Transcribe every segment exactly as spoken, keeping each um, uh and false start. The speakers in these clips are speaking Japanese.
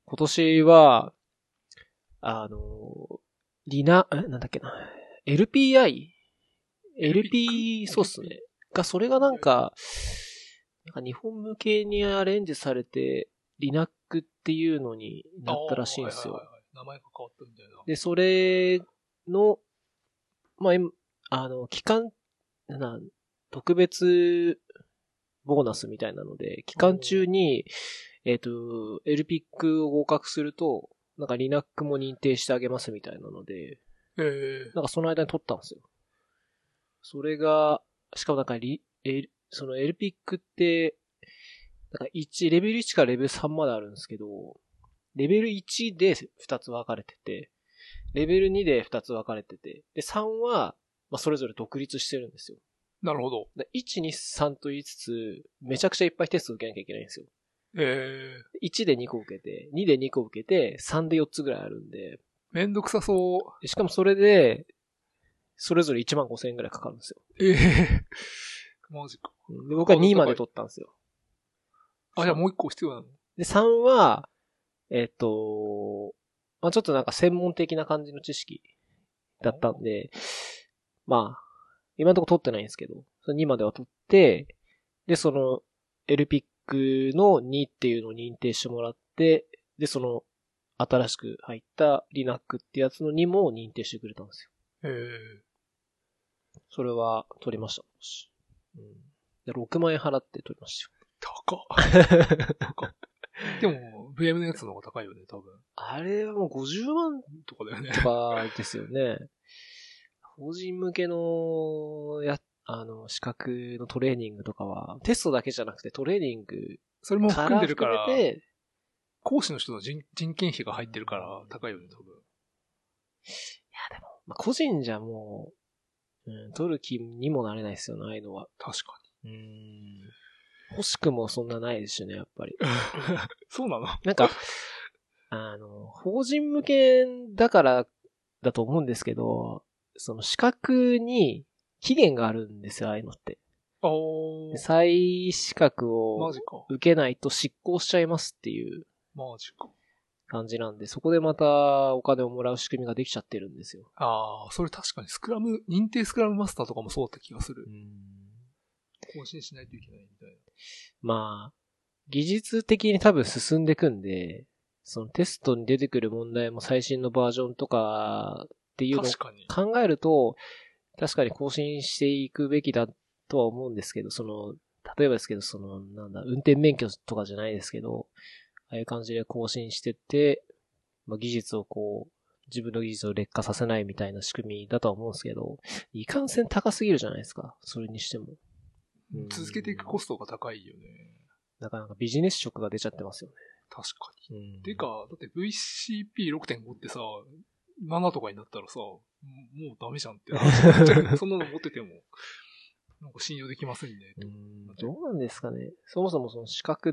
今年は、あの、リナ、えなんだっけな、エルピーアイ?エルピー、そうっすね。が、それがなんか、なんか日本向けにアレンジされて、リナックっていうのになったらしいんですよ。 はいはいはいはい、名前が変わったみたいな。 で、それの、まあ、今あの、期間、な、特別ボーナスみたいなので、期間中に、えっと、エルピック を合格すると、なんかリナックも認定してあげますみたいなので、 えー、 なんかその間に取ったんですよ。それが、しかもなんかリ、え、その エルピック って、なんかいち、レベルいちからレベルさんまであるんですけど、レベルいちでふたつ分かれてて、レベルにでふたつ分かれてて、で、さんは、まあ、それぞれ独立してるんですよ。 なるほど。 いち、に、さんと言いつつ、めちゃくちゃいっぱいテスト受けなきゃいけないんですよ。 えー、 いちでにこ受けて、にでにこ受けて、さんでよっつぐらいあるんで。 めんどくさそう。しかもそれで、それぞれいちまんごせんえんぐらいかかるんですよ。 ええー、マジか。 で、僕はにまで取ったんですよ。 あ、じゃあもういっこ必要なの？ で、さんは、えっと、まあちょっとなんか専門的な感じの知識だったんで、まあ、今のところ取ってないんですけど、そのにまでは取って、で、その、エルピック のにっていうのを認定してもらって、で、その、新しく入ったリナックってやつのにも認定してくれたんですよ。へえ。それは取りました。うん、でろくまんえん払って取りましたよ。高っ。高っ。でも、ブイエム のやつの方が高いよね、多分。 あれはもうごじゅうまんとかだよね。 とかですよね。法人向けのや、あの、資格のトレーニングとかは、テストだけじゃなくてトレーニングそれも含んでるから、 て講師の人の 人, 人件費が入ってるから高いよね、多分。いや、でも、まあ、個人じゃもう、うん、取る気にもなれないですよね、ああいうのは。 確かに。うん。欲しくもそんなないですよね、やっぱり。 そうなの？ なんか、あの、法人向けだからだと思うんですけど、その資格に期限があるんですよ、ああいうのって。 おー。 再資格をマジか。 受けないと失効しちゃいますっていうマジか。 感じなんで、そこでまたお金をもらう仕組みができちゃってるんですよ。 ああ、それ確かにスクラム、認定スクラムマスターとかもそうだった気がする。更新しないといけないみたいな。 まあ、技術的に多分進んでいくんで、そのテストに出てくる問題も最新のバージョンとかっていうのを考えると、確かに更新していくべきだとは思うんですけど、その、例えばですけど、その、なんだ、運転免許とかじゃないですけど、ああいう感じで更新してって、まあ、技術をこう、自分の技術を劣化させないみたいな仕組みだとは思うんですけど、いかんせん高すぎるじゃないですか。それにしても。 続けていくコストが高いよね。 なかなかビジネス色が出ちゃってますよね。 確かに。てか、だって ブイシーピーろくてんご ってさ、ななとかになったらさ、もうダメじゃんって。そんなの持ってても、なんか信用できませんね。 うんどうなんですかね。そもそもその資格って、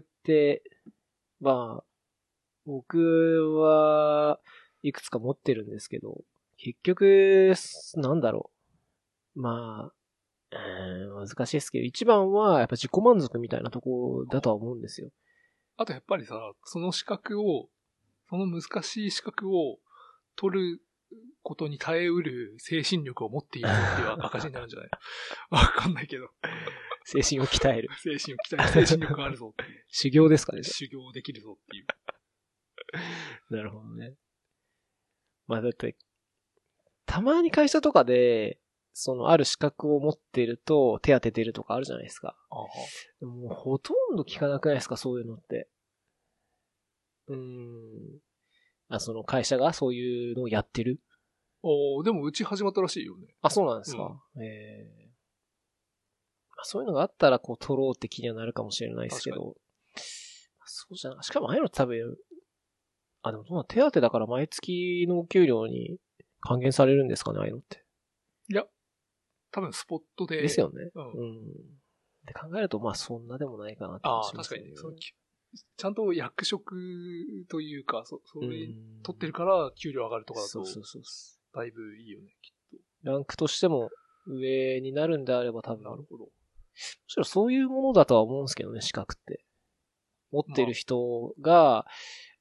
まあ、僕はいくつか持ってるんですけど、結局、なんだろう。まあ、うん難しいですけど、一番はやっぱ自己満足みたいなとこだとは思うんですよ。 あとやっぱりさ、その資格を、その難しい資格を取ることに耐えうる精神力を持っているぞっていう証になるんじゃない？わかんないけど。 精神を鍛える。 精神を鍛える。精神力があるぞっていう。 修行ですかね。 修行できるぞっていう。 なるほどね。まあだって、たまに会社とかで、そのある資格を持っていると手当て出るとかあるじゃないですか。 ああでもほとんど聞かなくないですか、そういうのって。うーん。あ、その会社がそういうのをやってる。 おー、でもうち始まったらしいよね。 あ、そうなんですか。うん、えー、そういうのがあったらこう取ろうって気にはなるかもしれないですけど。そうじゃなしかもああいうの多分、あ、でもどうな手当だから毎月のお給料に還元されるんですかね、ああいうのって。 いや、多分スポットで。 ですよね。 うん。 うん。で考えると、まあそんなでもないかなって思います、ね。ああ、確かにね。そのちゃんと役職というか、そ、それ取ってるから給料上がるとかだと、そうそうそうだいぶいいよね、きっと。ランクとしても上になるんであれば多分。 なるほど。 むしろそういうものだとは思うんですけどね、資格って。持ってる人が、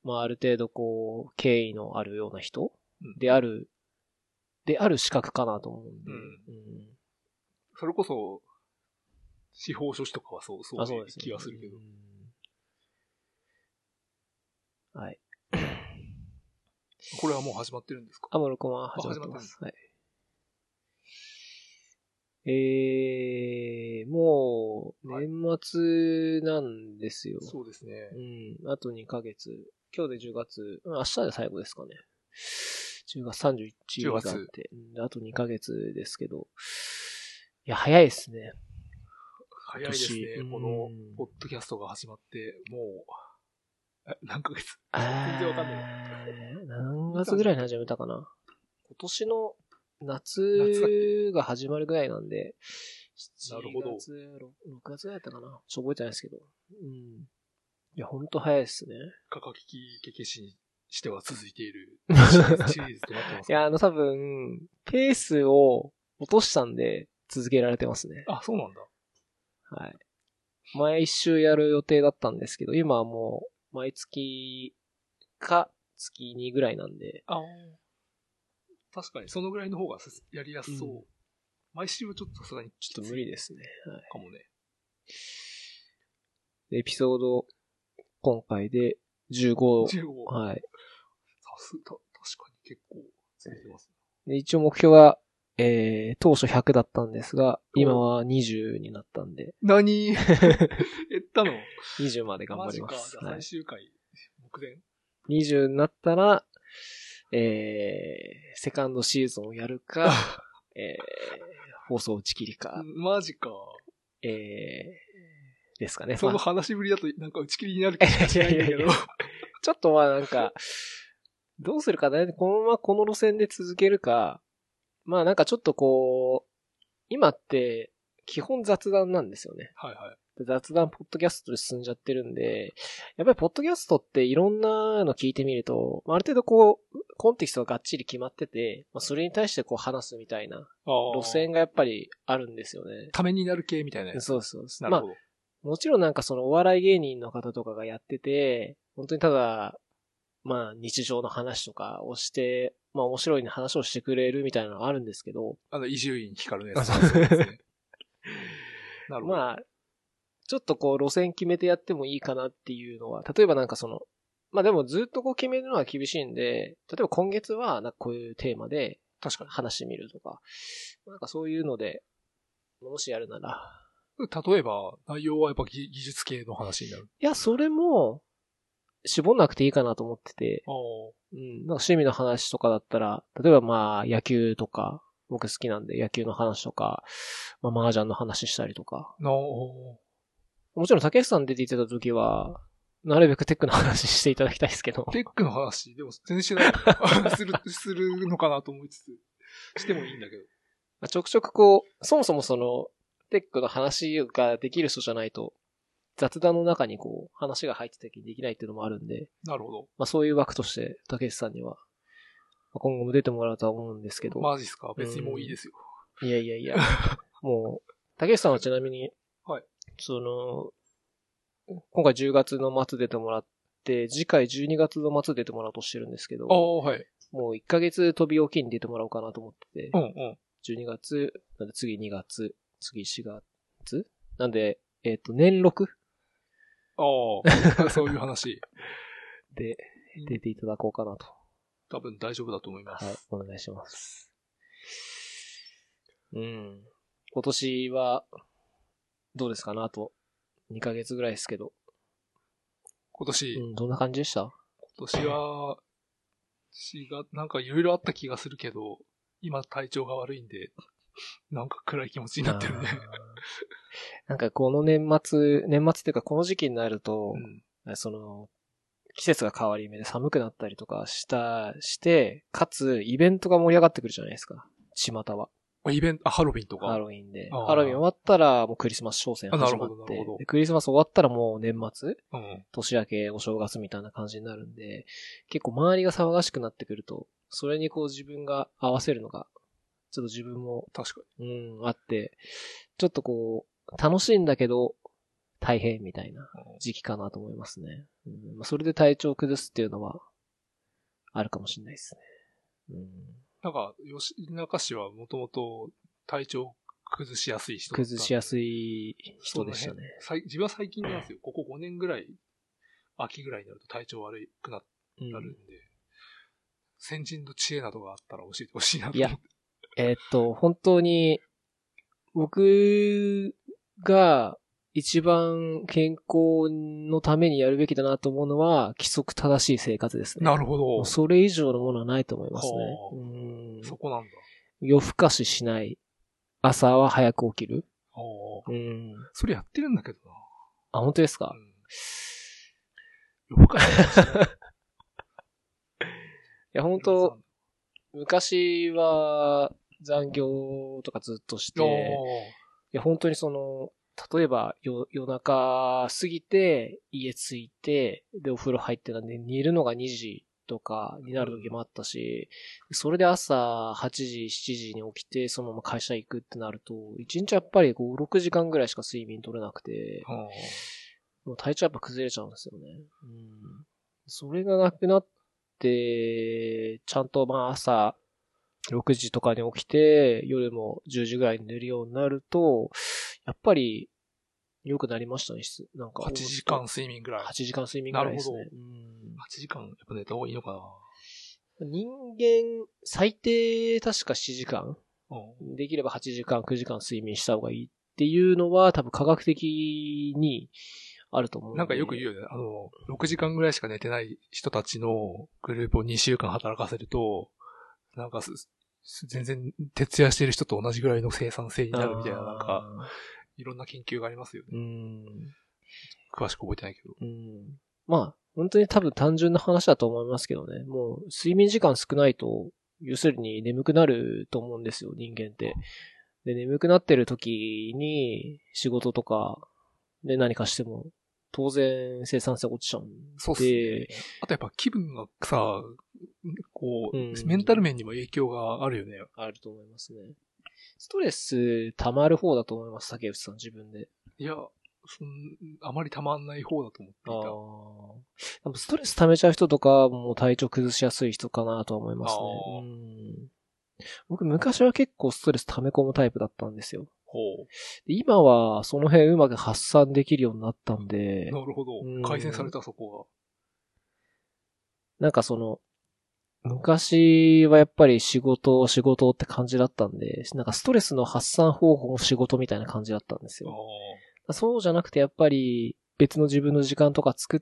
まあある程度こう、敬意のあるような人である、うん、である資格かなと思うんで。うん。うん、 それこそ、司法書士とかはそう、そういう気がするけど。ね、 うん、はい。 これはもう始まってるんですか？ あ、もう録音は始まってます。はい。えー、もう、年末なんですよ、はい。 そうですね。 うん。あとにかげつ。今日でじゅうがつ、明日で最後ですかね。じゅうがつさんじゅういちにちがあって、あとにかげつですけど。いや、早いですね。 早いですね。この、ポッドキャストが始まって、もう、え、何ヶ月全然わかんない。 何月ぐらいに始めたかな。今年の夏が始まるぐらいなんで、 なるほど。 ろくがつぐらいだったかな。ちょっと覚えてないですけど。うん。いや、ほんと早いですね。 かかききけけしにしては続いているシリーズ、シリーズとなってますか？ いや、あの多分、ペースを落としたんで続けられてますね。 あ、そうなんだ。 はい。毎週やる予定だったんですけど、今はもう、毎月か月にぐらいなんで。 ああ。確かに、そのぐらいの方がやりやすそう。うん、毎週はちょっとさすがにちょっと無理ですね。はい。 かもね。 エピソード、今回でじゅうご。 じゅうご。 はい。 さすが、確かに結構続いてますね。で、一応目標は、えー、当初ひゃくだったんですが、今はにじゅうになったんで。 何減ったの ? にじゅう まで頑張ります。 マジか。じゃあ最終回、目前。 にじゅうになったら、えー、セカンドシーズンをやるか、えー、放送打ち切りか。 マジか。 えー、ですかね。 その話ぶりだとなんか打ち切りになる気がしないんだけど。 ちょっとまあなんか、どうするかね。このままこの路線で続けるか、まあなんかちょっとこう、今って基本雑談なんですよね。 はいはい。 雑談ポッドキャストで進んじゃってるんで、やっぱりポッドキャストっていろんなの聞いてみると、ある程度こう、コンテキストががっちり決まってて、まあ、それに対してこう話すみたいな路線がやっぱりあるんですよね。 ためになる系みたいなやつ。 そうそうそう。 なるほど。 まあ、もちろんなんかそのお笑い芸人の方とかがやってて、本当にただ、まあ日常の話とかをして、まあ面白い話をしてくれるみたいなのがあるんですけど。 あの、伊集院光のやつですね。 なるほど。まあ、ちょっとこう路線決めてやってもいいかなっていうのは、例えばなんかその、まあでもずっとこう決めるのは厳しいんで、例えば今月はなんかこういうテーマで確かに話してみるとか、なんかそういうので、もしやるなら。 例えば、内容はやっぱ技術系の話になる？ いや、それも、絞んなくていいかなと思ってて、うん、なんか趣味の話とかだったら、例えばまあ野球とか、僕好きなんで野球の話とか、まあ麻雀の話したりとか。 もちろん竹内さん出ていただいた時は、なるべくテックの話していただきたいですけど。 テックの話でも全然しない。する、するのかなと思いつつ、してもいいんだけど。 ちょくちょくこう、そもそもその、テックの話ができる人じゃないと、雑談の中にこう、話が入ってた時にできないっていうのもあるんで。 なるほど。 まあそういう枠として、竹内さんには、今後も出てもらうとは思うんですけど。 マジっすか？別にもういいですよ。 いやいやいや。もう、竹内さんはちなみに、 はい。 その、今回じゅうがつの末出てもらって、次回じゅうにがつの末出てもらおうとしてるんですけど。 ああ、はい。 もういっかげつ飛び置きに出てもらおうかなと思ってて。 うんうん。 じゅうにがつ、なんで次にがつ、次しがつなんで、えっと、年ろく？ ああ、そういう話。 で、出ていただこうかなと。 多分大丈夫だと思います。 はい、お願いします。うん。今年は、どうですかなあと、にかげつぐらいですけど。 今年、 うん、どんな感じでした？ 今年は、私が、なんかいろいろあった気がするけど、今体調が悪いんで、なんか暗い気持ちになってるね。 なんかこの年末、年末っていうかこの時期になると、うん、その、季節が変わり目で寒くなったりとかした、して、かつイベントが盛り上がってくるじゃないですか。巷は。 イベント、あ、ハロウィンとか。 ハロウィンで。ハロウィン終わったらもうクリスマス商戦始まって。なるほど、なるほど。クリスマス終わったらもう年末、うん、年明け、お正月みたいな感じになるんで、結構周りが騒がしくなってくると、それにこう自分が合わせるのが、ちょっと自分も、 確かに。うん、あって、ちょっとこう、楽しいんだけど、 大変みたいな時期かなと思いますね。うんまあ、それで体調を崩すっていうのはあるかもしれないですね。うん、 なんか、吉中氏はもともと体調崩しやすい人だった。 崩しやすい人でしたね。 自分は最近なんですよ。ここごねんぐらい、秋ぐらいになると体調悪くなるんで、うん、先人の知恵などがあったら教えてほしいなと思って。いや、 えー、っと、本当に、僕が一番健康のためにやるべきだなと思うのは、規則正しい生活ですね。 なるほど。 それ以上のものはないと思いますね。 うんそこなんだ。 夜更かししない。朝は早く起きる。 うん。それやってるんだけどな。 あ、本当ですか、 うん、夜更かししない。 いや、本当昔は残業とかずっとして、いや、本当にその、例えば夜、夜中過ぎて家着いて、で、お風呂入ってたんで、寝るのがにじとかになる時もあったし、うん、それで朝はちじ、しちじに起きて、そのまま会社行くってなると、いちにちやっぱりご、ろくじかんぐらいしか睡眠取れなくて、うん、もう体調やっぱ崩れちゃうんですよね。うん、それがなくなって、ちゃんとまあ朝、ろくじとかに起きて、夜もじゅうじぐらいに寝るようになると、やっぱり、良くなりましたね。なんか。 はちじかん睡眠ぐらい。 はちじかん睡眠ぐらいですね。 なるほど。うん、はちじかんやっぱ寝た方がいいのかな。 人間、最低確かしちじかん、うん、できればはちじかん、くじかん睡眠した方がいいっていうのは多分科学的にあると思う。 なんかよく言うよね。あの、ろくじかんぐらいしか寝てない人たちのグループをにしゅうかん働かせると、なんか全然徹夜してる人と同じぐらいの生産性になるみたいな、なんか、いろんな研究がありますよね。うん、詳しく覚えてないけど。 うん、まあ、本当に多分単純な話だと思いますけどね。もう、睡眠時間少ないと、要するに眠くなると思うんですよ、人間って。で、眠くなってる時に、仕事とか、で何かしても、当然生産性落ちちゃうんで。 そうっすね。あとやっぱ気分がさ、こう、うん、メンタル面にも影響があるよね。 あると思いますね。ストレス溜まる方だと思います、竹内さん自分で。 いや、そんあまり溜まんない方だと思っていた。あストレス溜めちゃう人とか、もう体調崩しやすい人かなと思いますね。うん僕昔は結構ストレス溜め込むタイプだったんですよ。 ほう今はその辺うまく発散できるようになったんで。 なるほど。改善されたそこは。 なんかその、昔はやっぱり仕事、仕事って感じだったんで、なんかストレスの発散方法の仕事みたいな感じだったんですよ。そうじゃなくてやっぱり別の自分の時間とか作って、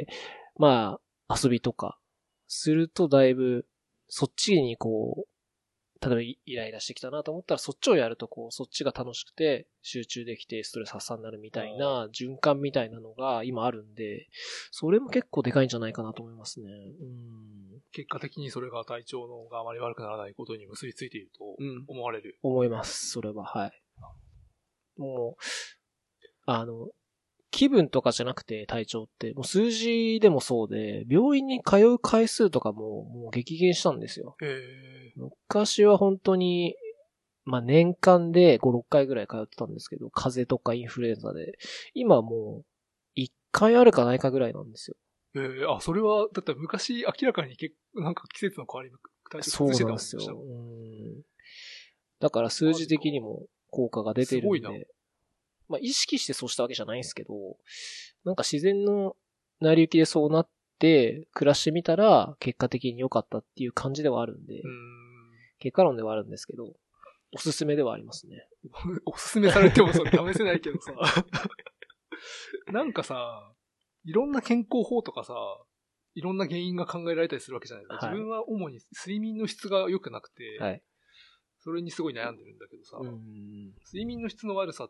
まあ遊びとかするとだいぶそっちにこう、例えばイライラしてきたなと思ったらそっちをやるとこう、そっちが楽しくて集中できてストレス発散になるみたいな循環みたいなのが今あるんで、それも結構でかいんじゃないかなと思いますね。うん結果的にそれが体調のがあまり悪くならないことに結びついていると思われる。 うん、思います。それは、はい。もう、あの、気分とかじゃなくて体調って、もう数字でもそうで、病院に通う回数とかももう激減したんですよ。 へ昔は本当に、まあ年間でご、ろっかいぐらい通ってたんですけど、風邪とかインフルエンザで、今はもういっかいあるかないかぐらいなんですよ。 えー、あ、それは、だって昔明らかに結構なんか季節の変わり目、体調崩してたもんですよ。そうなんですよ。うんだから数字的にも効果が出てるんで、すごいな。まあ意識してそうしたわけじゃないんですけど、なんか自然の成り行きでそうなって暮らしてみたら結果的に良かったっていう感じではあるんで、うん結果論ではあるんですけど、おすすめではありますね。 おすすめされてもそれ試せないけどさ。なんかさ、いろんな健康法とかさ、いろんな原因が考えられたりするわけじゃないですか。はい、自分は主に睡眠の質が良くなくて、はい、それにすごい悩んでるんだけどさ、うん睡眠の質の悪さって、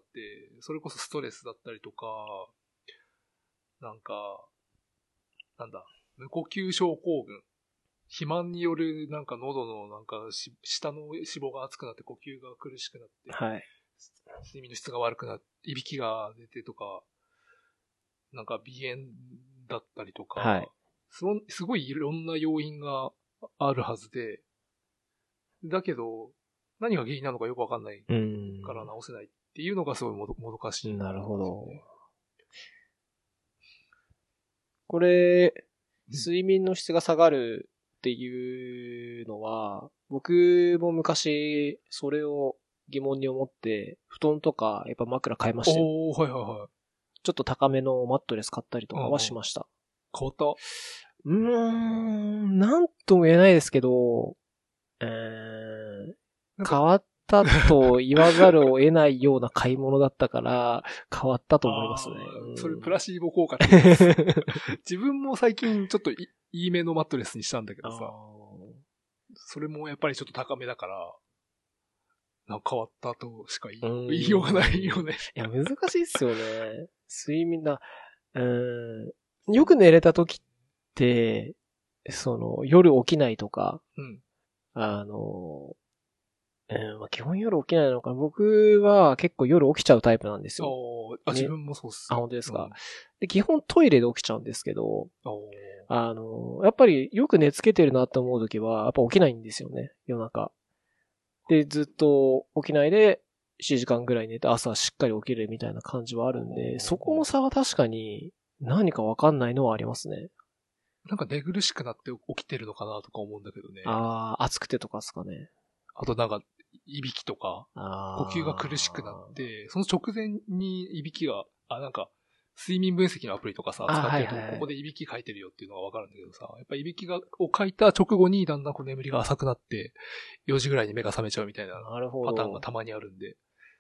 それこそストレスだったりとか、なんか、なんだ、無呼吸症候群。肥満によるなんか喉のなんか下の脂肪が熱くなって呼吸が苦しくなって、はい、睡眠の質が悪くなって、いびきが出てとか、なんか鼻炎だったりとか、はい、すご、すごいいろんな要因があるはずで、だけど、何が原因なのかよくわかんないから治せないっていうのがすごいもど、もどかしい、ね。 なるほど。 これ、睡眠の質が下がるっていうのは、僕も昔それを疑問に思って、布団とかやっぱ枕変えましたよ。 おー、はいはいはい。 ちょっと高めのマットレス買ったりとかはしました。 変わった？ うーん、なんとも言えないですけど、えー、変わったと言わざるを得ないような買い物だったから、変わったと思いますね。 それプラシーボ効果って言います。自分も最近ちょっといいめのマットレスにしたんだけどさ、それもやっぱりちょっと高めだから、なんか変わったとしか言いようがないよね。 いや、難しいっすよね。睡眠だ。うーん。よく寝れた時って、その、夜起きないとか、 うん、 あの、うんまあ、基本夜起きないのかな。僕は結構夜起きちゃうタイプなんですよ。 あ、自分もそうっす。 あ、本当ですか、うん。で、基本トイレで起きちゃうんですけど、あの、やっぱりよく寝つけてるなと思う時は、やっぱ起きないんですよね、夜中。で、ずっと起きないで、しちじかんぐらい寝て朝しっかり起きるみたいな感じはあるんで、そこの差は確かに何かわかんないのはありますね。 なんか寝苦しくなって起きてるのかなとか思うんだけどね。 ああ、暑くてとかですかね。 あとなんか、いびきとか、呼吸が苦しくなって、その直前にいびきが、あ、なんか、睡眠分析のアプリとかさ、使ってると、ここでいびき書いてるよっていうのがわかるんだけどさ、やっぱいびきが、を書いた直後にだんだんこう眠りが浅くなって、よじぐらいに目が覚めちゃうみたいなパターンがたまにあるんで。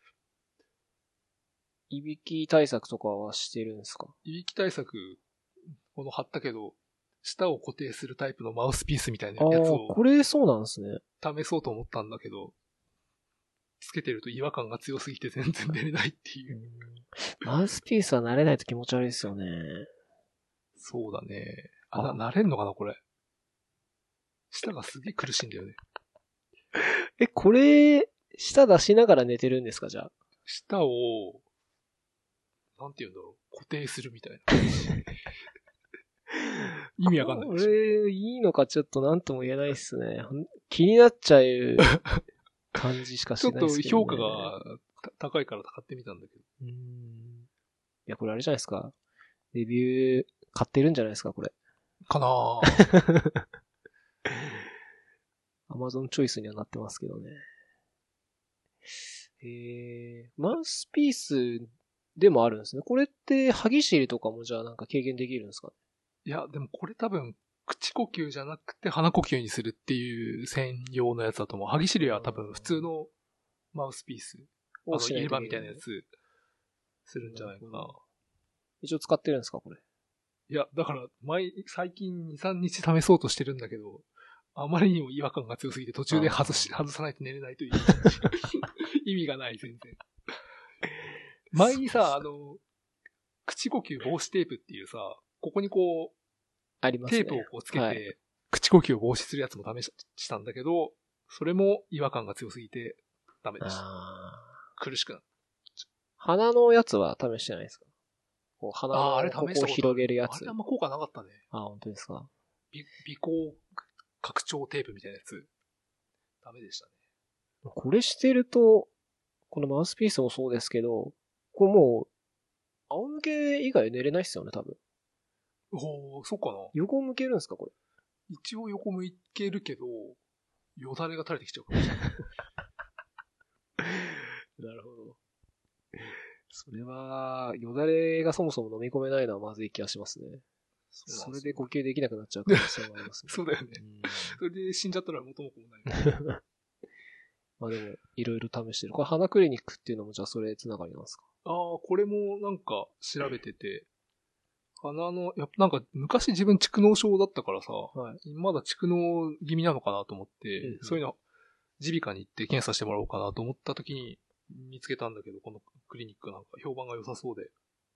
いびき対策とかはしてるんですか？ いびき対策、この貼ったけど、舌を固定するタイプのマウスピースみたいなやつを。 これそうなんですね。 試そうと思ったんだけど、つけてると違和感が強すぎて全然寝れないっていう。 マウスピースは慣れないと気持ち悪いですよね。 そうだね。あ、な、慣れんのかなこれ。舌がすげえ苦しいんだよね。 え、これ、舌出しながら寝てるんですかじゃあ。 舌を、なんて言うんだろう。固定するみたいな。意味わかんない。 これ、いいのかちょっとなんとも言えないっすね。気になっちゃう感じしかしないですけど、ね。 ちょっと評価が高いから買ってみたんだけど。 うーん。いや、これあれじゃないですか。レビュー買ってるんじゃないですか、これ。 かなぁ。 アマゾンチョイスにはなってますけどね。えー、マウスピースでもあるんですね。これって歯ぎしりとかもじゃあなんか軽減できるんですかね？ いや、でもこれ多分、口呼吸じゃなくて鼻呼吸にするっていう専用のやつだと思う。歯ぎしりは多分普通のマウスピース。あの、入れ歯みたいなやつ、するんじゃないかな。 一応使ってるんですか、これ。いや、だから、前、最近に、さんにち試そうとしてるんだけど、あまりにも違和感が強すぎて途中で外し、外さないと寝れないという。意味がない、全然。前にさ、あの、口呼吸防止テープっていうさ、ここにこう、 ありますね。 テープをこうつけて、はい、口呼吸を防止するやつも試したんだけど、それも違和感が強すぎてダメでした。苦しくなる。 鼻のやつは試してないですか？こう鼻のここを広げるやつ。 あれあんま効果なかったね。 あ、本当ですか？ び鼻孔拡張テープみたいなやつ。ダメでしたね。 これしてると、このマウスピースもそうですけど、これもう、仰向け以外寝れないっすよね、多分。 おー、そっかな。 横向けるんですか、これ。 一応横向けるけど、よだれが垂れてきちゃうかもしれない。 なるほど。それは、よだれがそもそも飲み込めないのはまずい気がしますね。それで呼吸できなくなっちゃう可能性もありますね。 そうだよね。それで死んじゃったら元も子もない。 まあでも、いろいろ試してる。これ鼻クリニックっていうのもじゃあそれつながりなんですか？ ああ、これもなんか調べてて、鼻の、やっぱなんか昔自分蓄膿症だったからさ、はい、まだ蓄膿気味なのかなと思って、うんうん、そういうの、耳鼻科に行って検査してもらおうかなと思った時に見つけたんだけど、このクリニックなんか評判が良さそうで。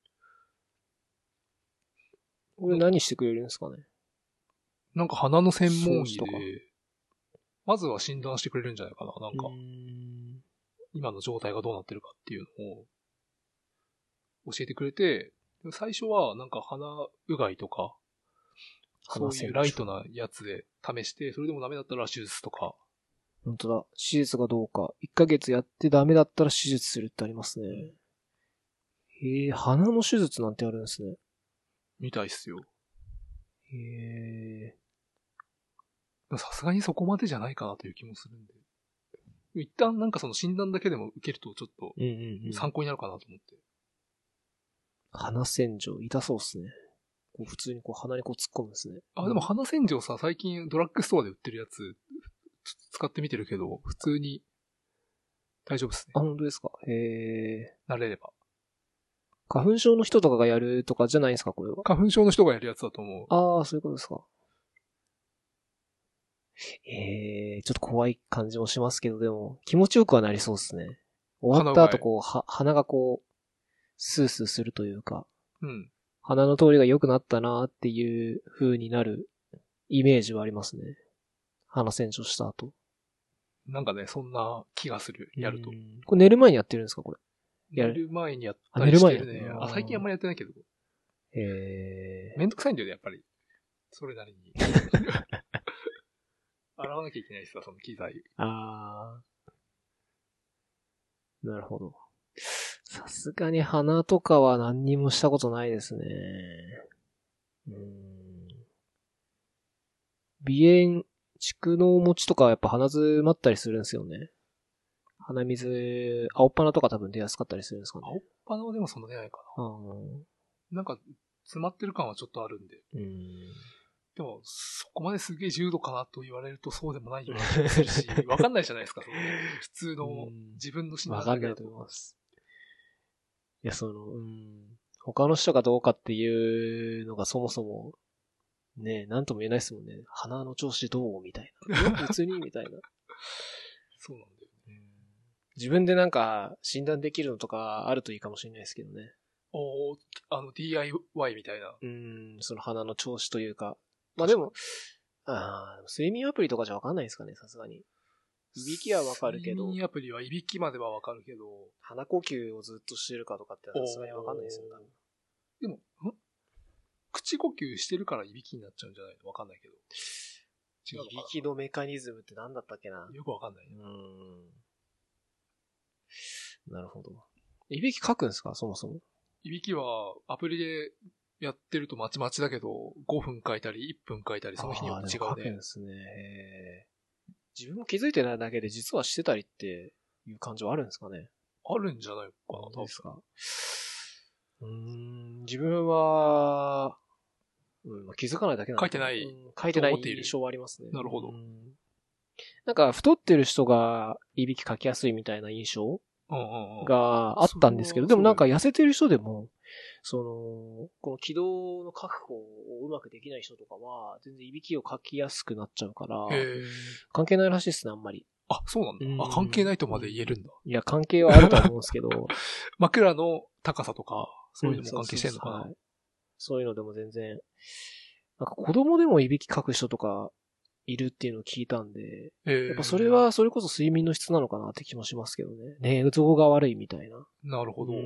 これ何してくれるんですかね？ なんか鼻の専門医で、まずは診断してくれるんじゃないかな。なんか、今の状態がどうなってるかっていうのを教えてくれて、最初はなんか鼻うがいとか、そういうライトなやつで試して、それでもダメだったら手術とか。 本当だ。手術がどうか。いっかげつやってダメだったら手術するってありますね。 へえ、鼻の手術なんてあるんですね。 みたいっすよ。 へえ。 さすがにそこまでじゃないかなという気もするんで。一旦なんかその診断だけでも受けるとちょっと参考になるかなと思って。うんうんうん、 鼻洗浄、痛そうっすね。こう普通にこう鼻にこう突っ込むんですね。 あ、でも鼻洗浄さ、最近ドラッグストアで売ってるやつ、使ってみてるけど、普通に大丈夫っすね。 あ、本当ですか。へえ。 慣れれば。 花粉症の人とかがやるとかじゃないですか、これは。 花粉症の人がやるやつだと思う。 ああ、そういうことですか。ええー、ちょっと怖い感じもしますけど、でも、気持ちよくはなりそうですね。終わった後、こう、は、鼻がこう、スースーするというか、 うん。 鼻の通りが良くなったなっていう風になるイメージはありますね。鼻洗浄した後。 なんかね、そんな気がする、やると。 これ寝る前にやってるんですか、これ。 寝る前にやったりしてるね。あ、最近あんまりやってないけど。 えー。 めんどくさいんだよね、やっぱり。それなりに。洗わなきゃいけないですわ、その機材。 あー。なるほど。さすがに鼻とかは何にもしたことないですね。うーん。鼻炎、蓄膿持ちとかはやっぱ鼻詰まったりするんですよね。鼻水、青っ鼻とか多分出やすかったりするんですかね。 青っ鼻はでもそんな出ないかな。なんか、詰まってる感はちょっとあるんで。うん。でも、そこまですげえ重度かなと言われるとそうでもないような気がするし、わかんないじゃないですか、その普通の自分の診断だけだと。 わかんないと思います。いや、その、うん。他の人がどうかっていうのがそもそも、ねえ、なんとも言えないですもんね。鼻の調子どうみたいな。別にみたいな。 そうなんだよね。 自分でなんか診断できるのとかあるといいかもしれないですけどね。 おー、あの ディーアイワイ みたいな。 うん、その鼻の調子というか。まあでも、ああ、睡眠アプリとかじゃわかんないですかね、さすがに。いびきはわかるけど。 睡眠アプリはいびきまではわかるけど。 鼻呼吸をずっとしてるかとかってさすがにわかんないですよ、多分。 でも、ん口呼吸してるからいびきになっちゃうんじゃないのわかんないけど。 違ういびきのメカニズムって何だったっけな。 よくわかんない。 うん。なるほど。いびき書くんですか、そもそも。 いびきはアプリでやってるとまちまちだけど、ごふん書いたりいっぷん書いたり、その日によって違うね。 書くんですね。へ自分も気づいてないだけで実はしてたりっていう感じはあるんですかね。 あるんじゃないかな、 どうですか。うーん、自分は、うん、気づかないだけなん書いてない、うん、 書いてない印象はありますね。 なるほど。 なんか太ってる人がいびきかきやすいみたいな印象があったんですけど、でもなんか痩せてる人でも、その、この気道の確保をうまくできない人とかは、全然いびきをかきやすくなっちゃうから、関係ないらしいですね、あんまり。 あ、そうなんだ。あ、関係ないとまで言えるんだ。 いや、関係はあると思うんですけど。 枕の高さとか、そういうのも関係してんのかな、うん、そうそうそう、はい。 そういうのでも全然、なんか子供でもいびきかく人とかいるっていうのを聞いたんで、えー、やっぱそれはそれこそ睡眠の質なのかなって気もしますけどね。寝相が悪いみたいな。 なるほど。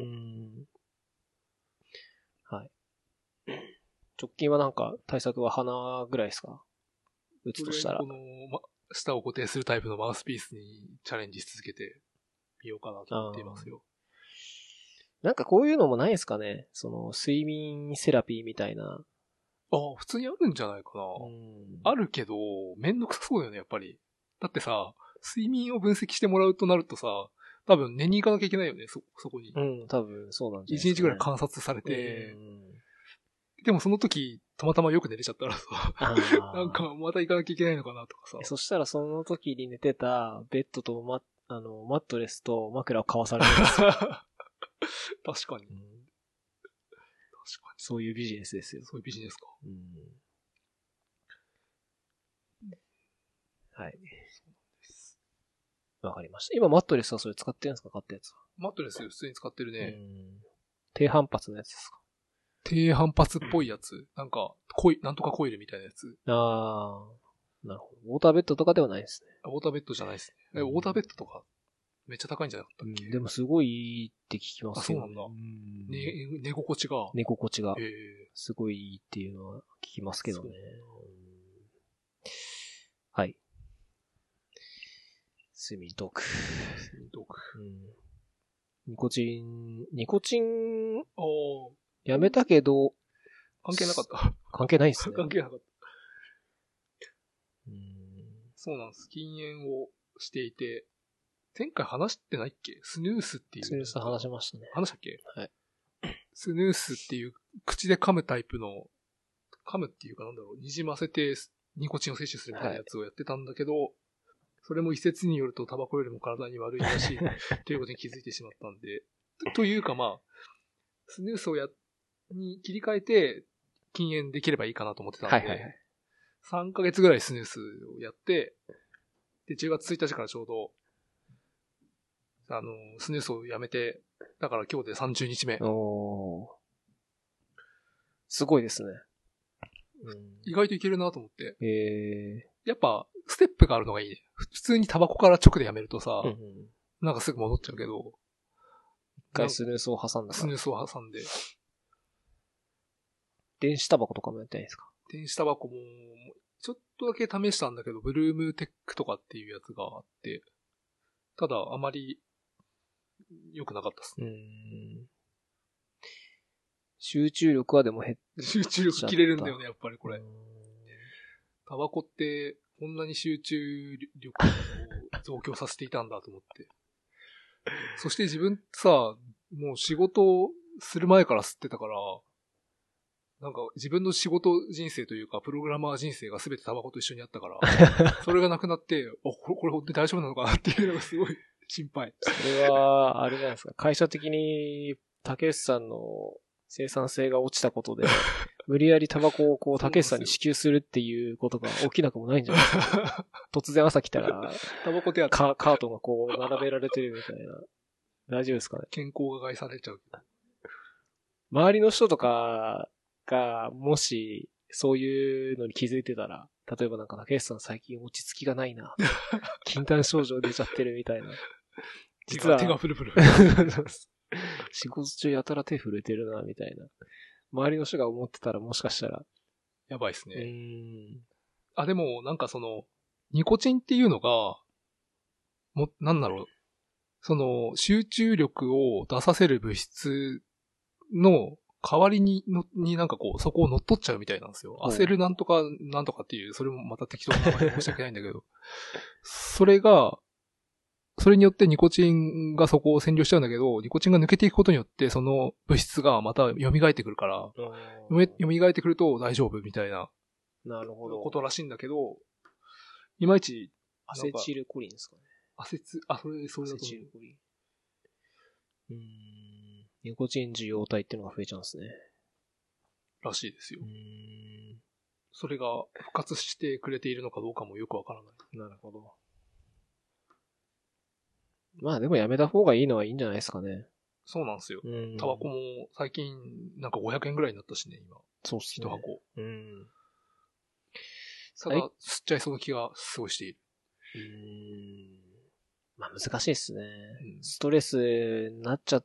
はい。直近はなんか対策は鼻ぐらいですか？打つとしたら。 この、ま、舌を固定するタイプのマウスピースにチャレンジし続けてみようかなと思っていますよ。 なんかこういうのもないですかね？その睡眠セラピーみたいな。 ああ、普通にあるんじゃないかな。あるけど、めんどくさそうだよね、やっぱり。だってさ、睡眠を分析してもらうとなるとさ、多分寝に行かなきゃいけないよね、そ、そこに。 うん、多分そうなんじゃないですかね。一日ぐらい観察されて、でもその時、たまたまよく寝れちゃったらさ、なんかまた行かなきゃいけないのかなとかさ。 そしたらその時に寝てたベッドとマ、あの、マットレスと枕を買わされるんですよ。 確かに。うん、 確かに。そういうビジネスですよ。 そういうビジネスか。うん、 はい。わかりました。今マットレスはそれ使ってるんですか？買ったやつは。 マットレス普通に使ってるね。 低反発のやつですか？ 低反発っぽいやつ。なんか、コイ、なんとかコイルみたいなやつ。 あー。なるほど。ウォーターベッドとかではないですね。 ウォーターベッドじゃないですね。え、ウォーターベッドとか、めっちゃ高いんじゃなかったっけ？ うん、でもすごいいいって聞きますよね。あ、そうなんだ。うんね、寝心地が。 寝心地が。すごいいいっていうのは聞きますけどね。はい。睡眠トーク。 睡眠トーク。うん。 ニコチン、ニコチン、 おやめたけど、 関係なかった。 関係ないっすね。 関係なかった。 うーんそうなんです。禁煙をしていて、前回話してないっけ？スヌースっていう。 スヌース話しましたね。 話したっけ？ はい。 スヌースっていう口で噛むタイプの、噛むっていうかなんだろう、にじませてニコチンを摂取するみたいなやつをやってたんだけど、はい、それも一説によるとタバコよりも体に悪いらしいということに気づいてしまったんで、というかまあ、スヌースをや、に切り替えて禁煙できればいいかなと思ってたんで、はいはいはい、さんかげつぐらいスヌースをやって、で、じゅうがつついたちからちょうど、あの、スヌースをやめて、だから今日でさんじゅうにちめ。 おー。すごいですね。 うん、意外といけるなと思って。 へー。 やっぱ、ステップがあるのがいいね。普通にタバコから直でやめるとさ、うんうん、なんかすぐ戻っちゃうけど。 一回スヌースを挟んだから。 スヌースを挟んで。 電子タバコとかもやってないですか？ 電子タバコも、ちょっとだけ試したんだけど、ブルームテックとかっていうやつがあって、ただあまり良くなかったですね。うーん、 集中力はでも減っ集中力切れるんだよね、やっぱりこれ。タバコってこんなに集中力を増強させていたんだと思って。そして自分さ、もう仕事する前から吸ってたから、なんか自分の仕事人生というか、プログラマー人生が全てタバコと一緒にあったから、それがなくなって、お、これ、これ本当に大丈夫なのかなっていうのがすごい心配。 それは、あれじゃないですか。会社的に、竹内さんの生産性が落ちたことで、無理やりタバコをこう、竹内さんに支給するっていうことが起きなくもないんじゃないですか。突然朝来たら、 タバコ手当カートがこう、並べられてるみたいな。大丈夫ですかね。 健康が害されちゃう。 周りの人とかが、もし、そういうのに気づいてたら、例えばなんか竹内さん最近落ち着きがないな。禁断症状出ちゃってるみたいな。 実は手がフルフル。 仕事中やたら手震えてるな、みたいな。周りの人が思ってたらもしかしたら。 やばいですね。うーん。あ、でも、なんかその、ニコチンっていうのが、も、なんだろう。その、集中力を出させる物質の代わりにの、になんかこう、そこを乗っ取っちゃうみたいなんですよ。アセルなんとか、なんとかっていう、それもまた適当な名前で申し訳ないんだけど。それが、それによってニコチンがそこを占領しちゃうんだけど、ニコチンが抜けていくことによって、その物質がまた蘇ってくるから、蘇ってくると大丈夫みたいな、 なるほど。 ことらしいんだけど、いまいち、 アセチルコリンですかね。 アセツ、あ、それ、それだと思う。アセチルコリン。 うーん。ニコチン受容体っていうのが増えちゃうんですね。 らしいですよ。うーん。それが復活してくれているのかどうかもよくわからない。 なるほど。まあでもやめた方がいいのはいいんじゃないですかね。 そうなんですよ。タバコも最近なんかごひゃくえんぐらいになったしね、今。 そうっすね。 一箱。うん。ただ、吸っちゃいそうな気がすごいしている。 うーん。まあ難しいっすね。うん、ストレスになっちゃって、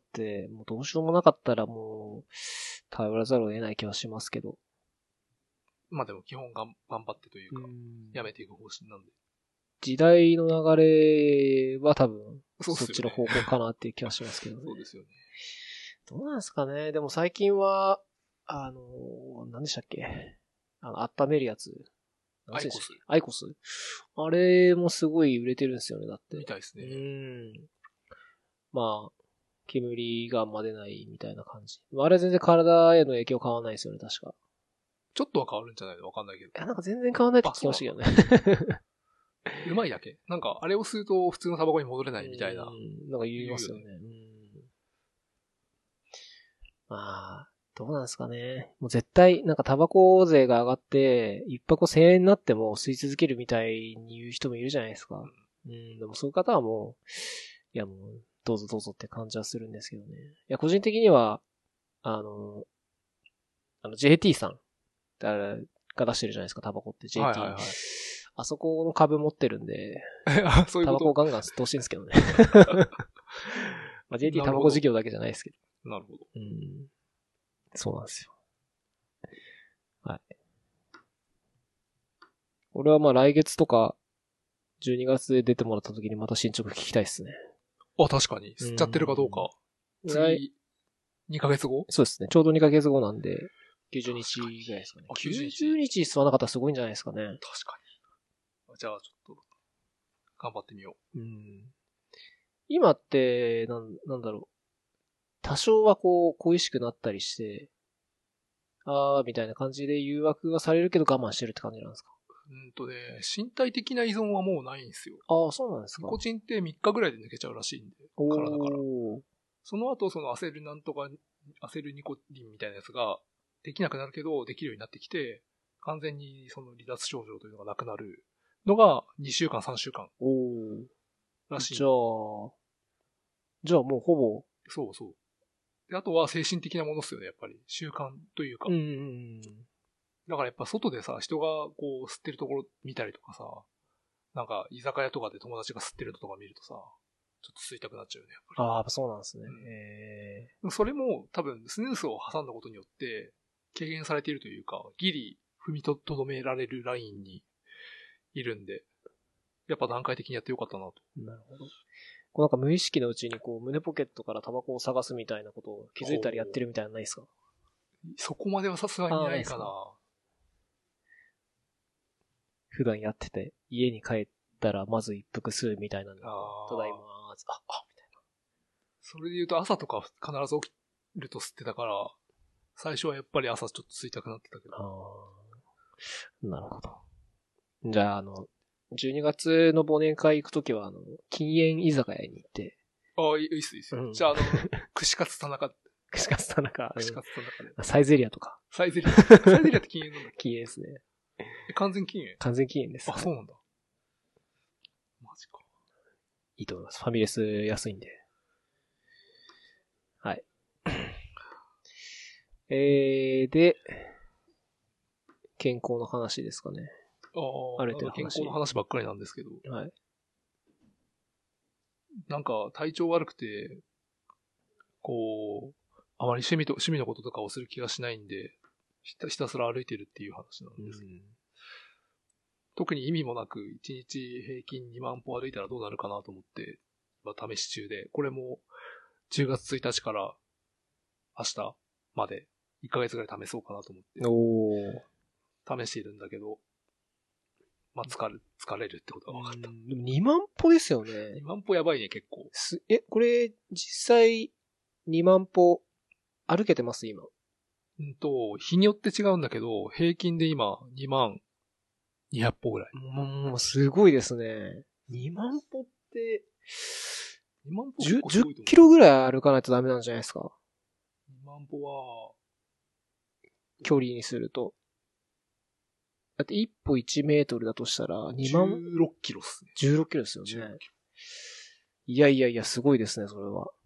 もうどうしようもなかったらもう、頼らざるを得ない気はしますけど。 まあでも基本がん頑張ってというか、うやめていく方針なんで。 時代の流れは多分、そっちの方向かなっていう気はしますけどね。 そうですよね。 どうなんですかね。でも最近は、あの、何でしたっけ？あの、温めるやつ。 アイコス。 アイコスあれもすごい売れてるんですよね、だって。 みたいですね。 うん。まあ、煙があんま出ないみたいな感じ。あれは全然体への影響変わらないですよね、確か。 ちょっとは変わるんじゃないのわかんないけど。 いや、なんか全然変わらないって聞きましたけどね。 うまいだけなんか、あれを吸うと普通のタバコに戻れないみたいな。うん、 なんか言いますよね。よねうん、まあ、どうなんですかね。もう絶対、なんかタバコ税が上がって、一箱せんえんになっても吸い続けるみたいに言う人もいるじゃないですか。うん、うん、でもそういう方はもう、いやもう、どうぞどうぞって感じはするんですけどね。いや、個人的には、あの、あの、ジェーティー さんが出してるじゃないですか、タバコって ジェーティー。はいはいはい、あそこの株持ってるんで、そういうタバコをガンガン吸ってほしいんですけどね。まあ、ジェーティー タバコ事業だけじゃないですけど。 なるほど。 うん。そうなんですよ。はい。俺はまあ来月とか、じゅうにがつで出てもらった時にまた進捗聞きたいですね。 あ、確かに。吸っちゃってるかどうか。 次、にかげつご？ そうですね。ちょうどにかげつごなんで、きゅうじゅうにちぐらいですかね。 きゅうじゅうにち。 きゅうじゅうにち吸わなかったらすごいんじゃないですかね。 確かに。じゃあちょっと、頑張ってみよう。うん。今って、なん、なんだろう。多少はこう、恋しくなったりして、あーみたいな感じで誘惑がされるけど我慢してるって感じなんですか？ うんとね、身体的な依存はもうないんですよ。 ああ、そうなんですか。 ニコチンってみっかぐらいで抜けちゃうらしいんで、体から。その後、そのアセルなんとか、アセルニコリンみたいなやつができなくなるけど、できるようになってきて、完全にその離脱症状というのがなくなるのがにしゅうかん、さんしゅうかんらしい。 じゃあ、じゃあもうほぼ。 そうそう。で、あとは精神的なものっすよね、やっぱり。習慣というか。 うんうんうん。 だからやっぱ外でさ、人がこう吸ってるところ見たりとかさ、なんか居酒屋とかで友達が吸ってるのとか見るとさ、ちょっと吸いたくなっちゃうよね、やっぱり。 ああ、そうなんですね。うん、 へー。それも多分スヌースを挟んだことによって軽減されているというか、ギリ踏みとどめられるラインにいるんで、やっぱ段階的にやってよかったなと。 なるほど。こうなんか無意識のうちにこう胸ポケットからタバコを探すみたいなことを気づいたりやってるみたいなのないですか？ そこまではさすがにないかな。 普段やってて、家に帰ったらまず一服するみたいなの。ただいまー、あ、あ、みたいな。 それで言うと朝とか必ず起きると吸ってたから、最初はやっぱり朝ちょっと吸いたくなってたけど。 あ、なるほど。じゃあ、あの、じゅうにがつの忘年会行くときは、あの、禁煙居酒屋に行って。 ああ、いいっす、いいっす。うん、じゃあ、あの、串カツ田中。 串カツ田中。 串カツ田中で。 サイゼリアとか。 サイゼリア。サイゼリアって禁煙なんだっけ？ 禁煙ですね。 完全禁煙？ 完全禁煙です、 ね。あ、そうなんだ。マジか。 いいと思います。ファミレス安いんで。はい。えー、で、健康の話ですかね。 ああ、ある程度健康の話ばっかりなんですけど。 はい。 なんか体調悪くて、こう、あまり趣味と、趣味のこととかをする気がしないんで、ひたひたすら歩いてるっていう話なんですけど。特に意味もなく、いちにち平均にまん歩歩いたらどうなるかなと思って、まあ、試し中で、これもじゅうがつついたちから明日までいっかげつぐらい試そうかなと思って、お試しているんだけど、まあ、疲れ、疲れるってことが分かった。 でもにまん歩ですよね。 にまん歩やばいね、結構。 す、え、これ、実際、にまん歩、歩けてます今。 うんと、日によって違うんだけど、平均で今、にまんにひゃく歩ぐらい。 もう、すごいですね。にまん歩って、 にまん歩 10, じゅっキロぐらい歩かないとダメなんじゃないですか。 にまん歩は、 距離にすると。だって一歩いちメートルだとしたらにまん。 じゅうろっキロっすね。 じゅうろっキロですよね。いやいやいや、すごいですね、それは。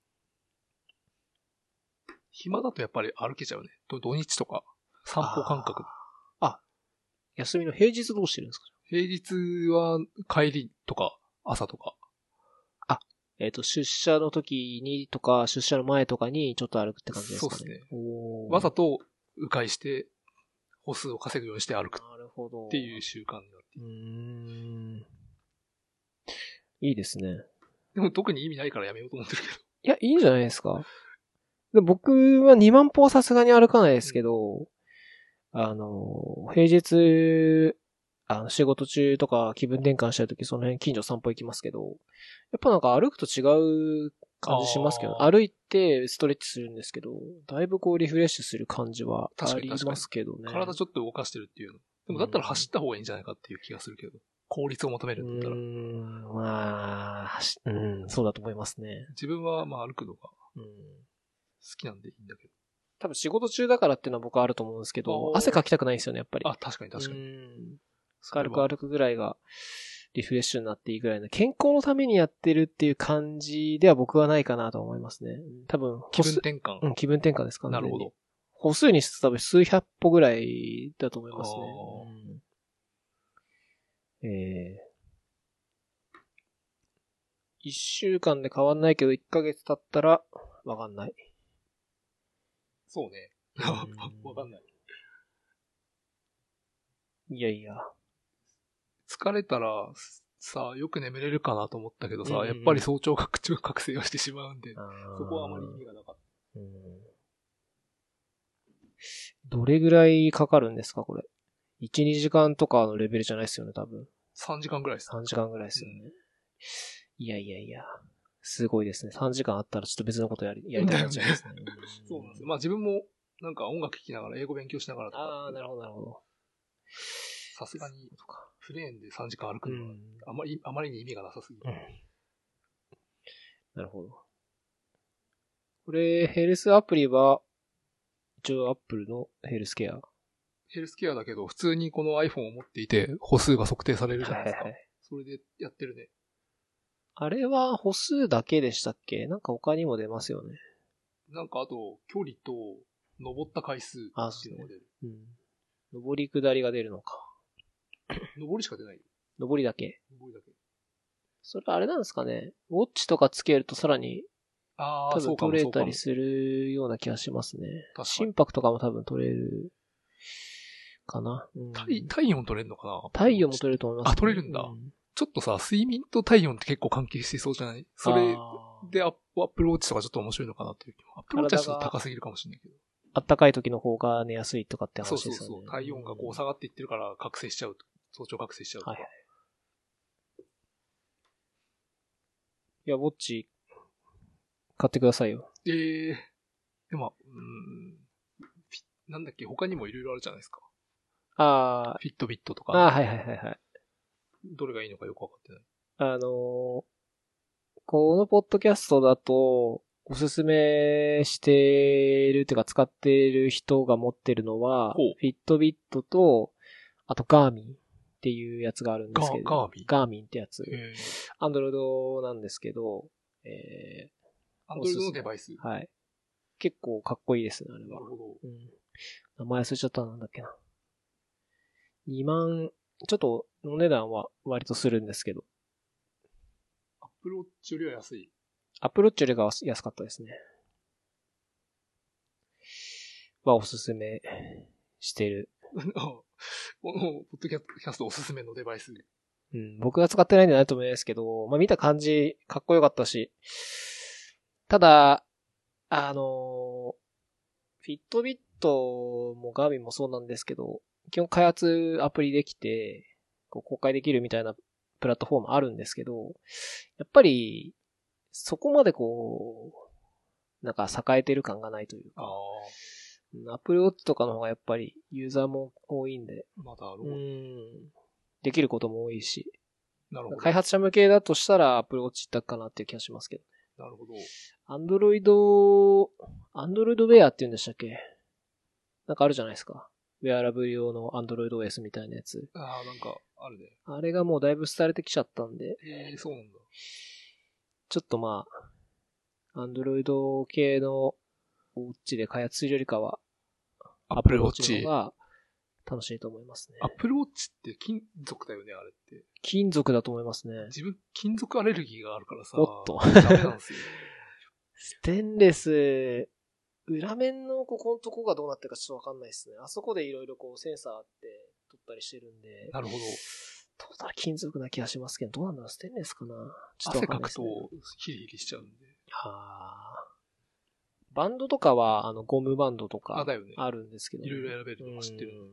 暇だとやっぱり歩けちゃうね。土日とか、散歩感覚。 あ、あ、休みの平日どうしてるんですか？ 平日は帰りとか、朝とか。 あ、えっと、出社の時にとか、出社の前とかにちょっと歩くって感じですかね。 そうですね。わざと迂回して、歩数を稼ぐようにして歩く。なるほど。っていう習慣になっている。うーん。いいですね。 でも特に意味ないからやめようと思ってるけど。 いや、いいんじゃないですか。で僕はにまん歩はさすがに歩かないですけど、うん、あの、平日、あの仕事中とか気分転換したいときその辺近所散歩行きますけど、やっぱなんか歩くと違う感じしますけど、歩いてストレッチするんですけど、だいぶこうリフレッシュする感じはありますけどね。 体ちょっと動かしてるっていうの。でもだったら走った方がいいんじゃないかっていう気がするけど。効率を求めるんだったら。うーん、まあ、うん、そうだと思いますね。 自分はまあ歩くのが好きなんでいいんだけど。 多分仕事中だからっていうのは僕はあると思うんですけど、汗かきたくないですよね、やっぱり。 あ、確かに確かに。 うん軽く歩くぐらいがリフレッシュになっていいぐらいの健康のためにやってるっていう感じでは僕はないかなと思いますね。多分気分転換。 うん、気分転換ですかね。 なるほど。 歩数にすると多分数百歩ぐらいだと思いますね。うん、えー、一週間で変わんないけど一ヶ月経ったらわかんない。 そうね。わかんない。 いやいや。 疲れたらさ、よく眠れるかなと思ったけどさ、 うんうん、 やっぱり早朝覚覚醒はしてしまうんで、そこはあまり意味がなかった。うん、 どれぐらいかかるんですか、これ。いち、にじかんとかのレベルじゃないですよね、多分。 さんじかんぐらいです。 さんじかんぐらいですよね。うん、いやいやいや。すごいですね。さんじかんあったらちょっと別のことやり、やりたくなっちゃいますね。 そうなんですよ。まあ自分もなんか音楽聴きながら英語勉強しながらとか。 ああ、なるほどなるほど。 さすがに、プレーンでさんじかん歩くのは、あまり、あまりに意味がなさすぎる。うん、 なるほど。これ、ヘルスアプリは、一応アップルのヘルスケア。 ヘルスケアだけど、普通にこの iPhone を持っていて、歩数が測定されるじゃないですか。はいはい、それでやってるね。 あれは歩数だけでしたっけ？なんか他にも出ますよね。 なんかあと、距離と、登った回数っていうのが出る。 うん。上り下りが出るのか。 上りしか出ないよ。 上りだけ。 上りだけ。 それあれなんですかね。ウォッチとかつけるとさらに、 ああ、 多分取れたりするような気がしますね。心拍とかも多分取れるかな。うん、 体、体温取れるのかな？ 体温も取れると思います、ね。 あ、取れるんだ。うん、ちょっとさ、睡眠と体温って結構関係してそうじゃない？それでアップローチとかちょっと面白いのかなっていう気も。アップローチはちょっと高すぎるかもしれないけど。 あったかい時の方が寝やすいとかって話ですよね。 そうそうそう。体温がこう下がっていってるから覚醒しちゃうと。早朝覚醒しちゃうとか。はいはい。 いや、ウォッチ、買ってくださいよ。 ええー。でも、うーん。なんだっけ、他にもいろいろあるじゃないですか。 ああ。 フィットビットとか。 ああ、はいはいはいはい。 どれがいいのかよくわかってない。 あのー、このポッドキャストだと、おすすめしてるっていうか使ってる人が持ってるのは、フィットビットと、あとガーミンっていうやつがあるんですけど、 ガーミンガーミンってやつ。アンドロイドなんですけど、えー、アンドロイドのデバイス。 はい。結構かっこいいですね、あれは。 なるほど。 うん、名前忘れちゃったなんだっけな。にまん、ちょっとお値段は割とするんですけど。 アップルウォッチよりは安い。 アップルウォッチよりが安かったですね。はおすすめしてる。 このポッドキャストおすすめのデバイス。 うん、僕が使ってないんじゃないと思いますけど、まあ見た感じかっこよかったし、ただ、あの、フィットビットもガーミンもそうなんですけど、基本開発アプリできて、こう公開できるみたいなプラットフォームあるんですけど、やっぱり、そこまでこう、なんか栄えてる感がないというか、アップルウォッチとかの方がやっぱりユーザーも多いんで、 まだある。 うん、できることも多いし、 なるほど。 開発者向けだとしたらアップルウォッチ一択かなっていう気がしますけどね。 なるほど。 アンドロイド、アンドロイドウェアって言うんでしたっけ？なんかあるじゃないですか。ウェアラブル用のアンドロイド オーエス みたいなやつ。 ああ、なんか、あるね。 あれがもうだいぶ廃れてきちゃったんで。 ええー、そうなんだ。 ちょっとまあ、アンドロイド系のウォッチで開発するよりかは、 アップルウォッチの方が楽しいと思いますね。 アップルウォッチって金属だよね、あれって。 金属だと思いますね。 自分、金属アレルギーがあるからさ。 おっと。 ダメなんですよ。 ステンレス、裏面のここのとこがどうなってるかちょっとわかんないですね。あそこでいろいろこうセンサーあって撮ったりしてるんで。 なるほど。 どうだら金属な気がしますけど、どうなんだろう、ステンレスかな。 ちょっとわかんないですね。汗かくとヒリヒリしちゃうんで。 はあ。バンドとかは、あの、ゴムバンドとか、あるんですけど、 ね。いろいろ選べるのも知ってる。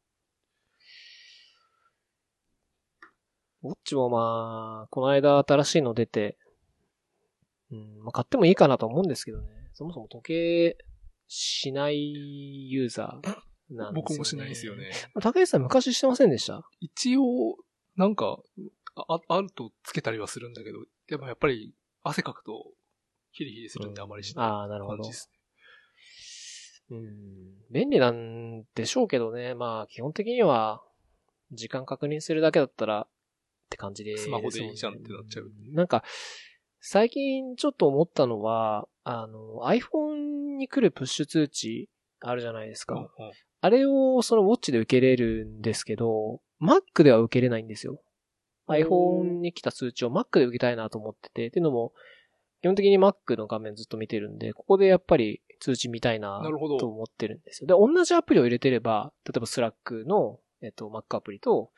ウォッチもまあ、この間新しいの出て、うん、まあ、買ってもいいかなと思うんですけどね。そもそも時計しないユーザーなんですよね。 僕もしないですよね。 竹内さん昔してませんでした？ 一応、なんか、あ、あるとつけたりはするんだけど、でもやっぱり汗かくとヒリヒリするんであまりしない感じですね。うん、便利なんでしょうけどね。まあ基本的には時間確認するだけだったらって感じで、 スマホでいいじゃんってなっちゃう。 なんか最近ちょっと思ったのは、あの iPhone に来るプッシュ通知あるじゃないですか。うんうん、あれをそのウォッチで受けれるんですけど、Mac では受けれないんですよ。iPhone に来た通知を Mac で受けたいなと思ってて、っていうのも基本的に Mac の画面ずっと見てるんで、ここでやっぱり通知見たいなと思ってるんですよ。で、同じアプリを入れてれば、例えば Slack の、えっと、Mac アプリと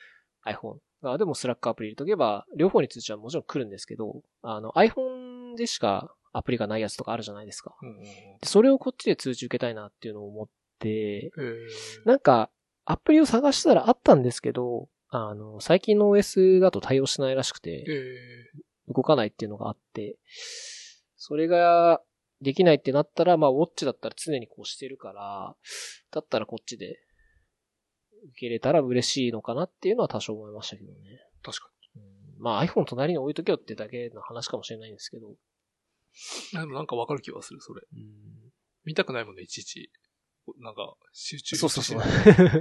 iPhone 側でも Slack アプリ入れとけば、両方に通知はもちろん来るんですけど、あの iPhone でしかアプリがないやつとかあるじゃないですか。 うんうんうん、 それをこっちで通知受けたいなっていうのを思って、なんかアプリを探したらあったんですけど、あの、最近の オーエス だと対応しないらしくて、動かないっていうのがあって、それができないってなったら、まあ、ウォッチだったら常にこうしてるから、だったらこっちで受け入れたら嬉しいのかなっていうのは多少思いましたけどね。 確かに。うん、まあ iPhone 隣に置いとけよってだけの話かもしれないんですけど。 でもなんかわかる気はする、それ。うん、見たくないもんね、いちいち。なんか、集中して。そうそうそう。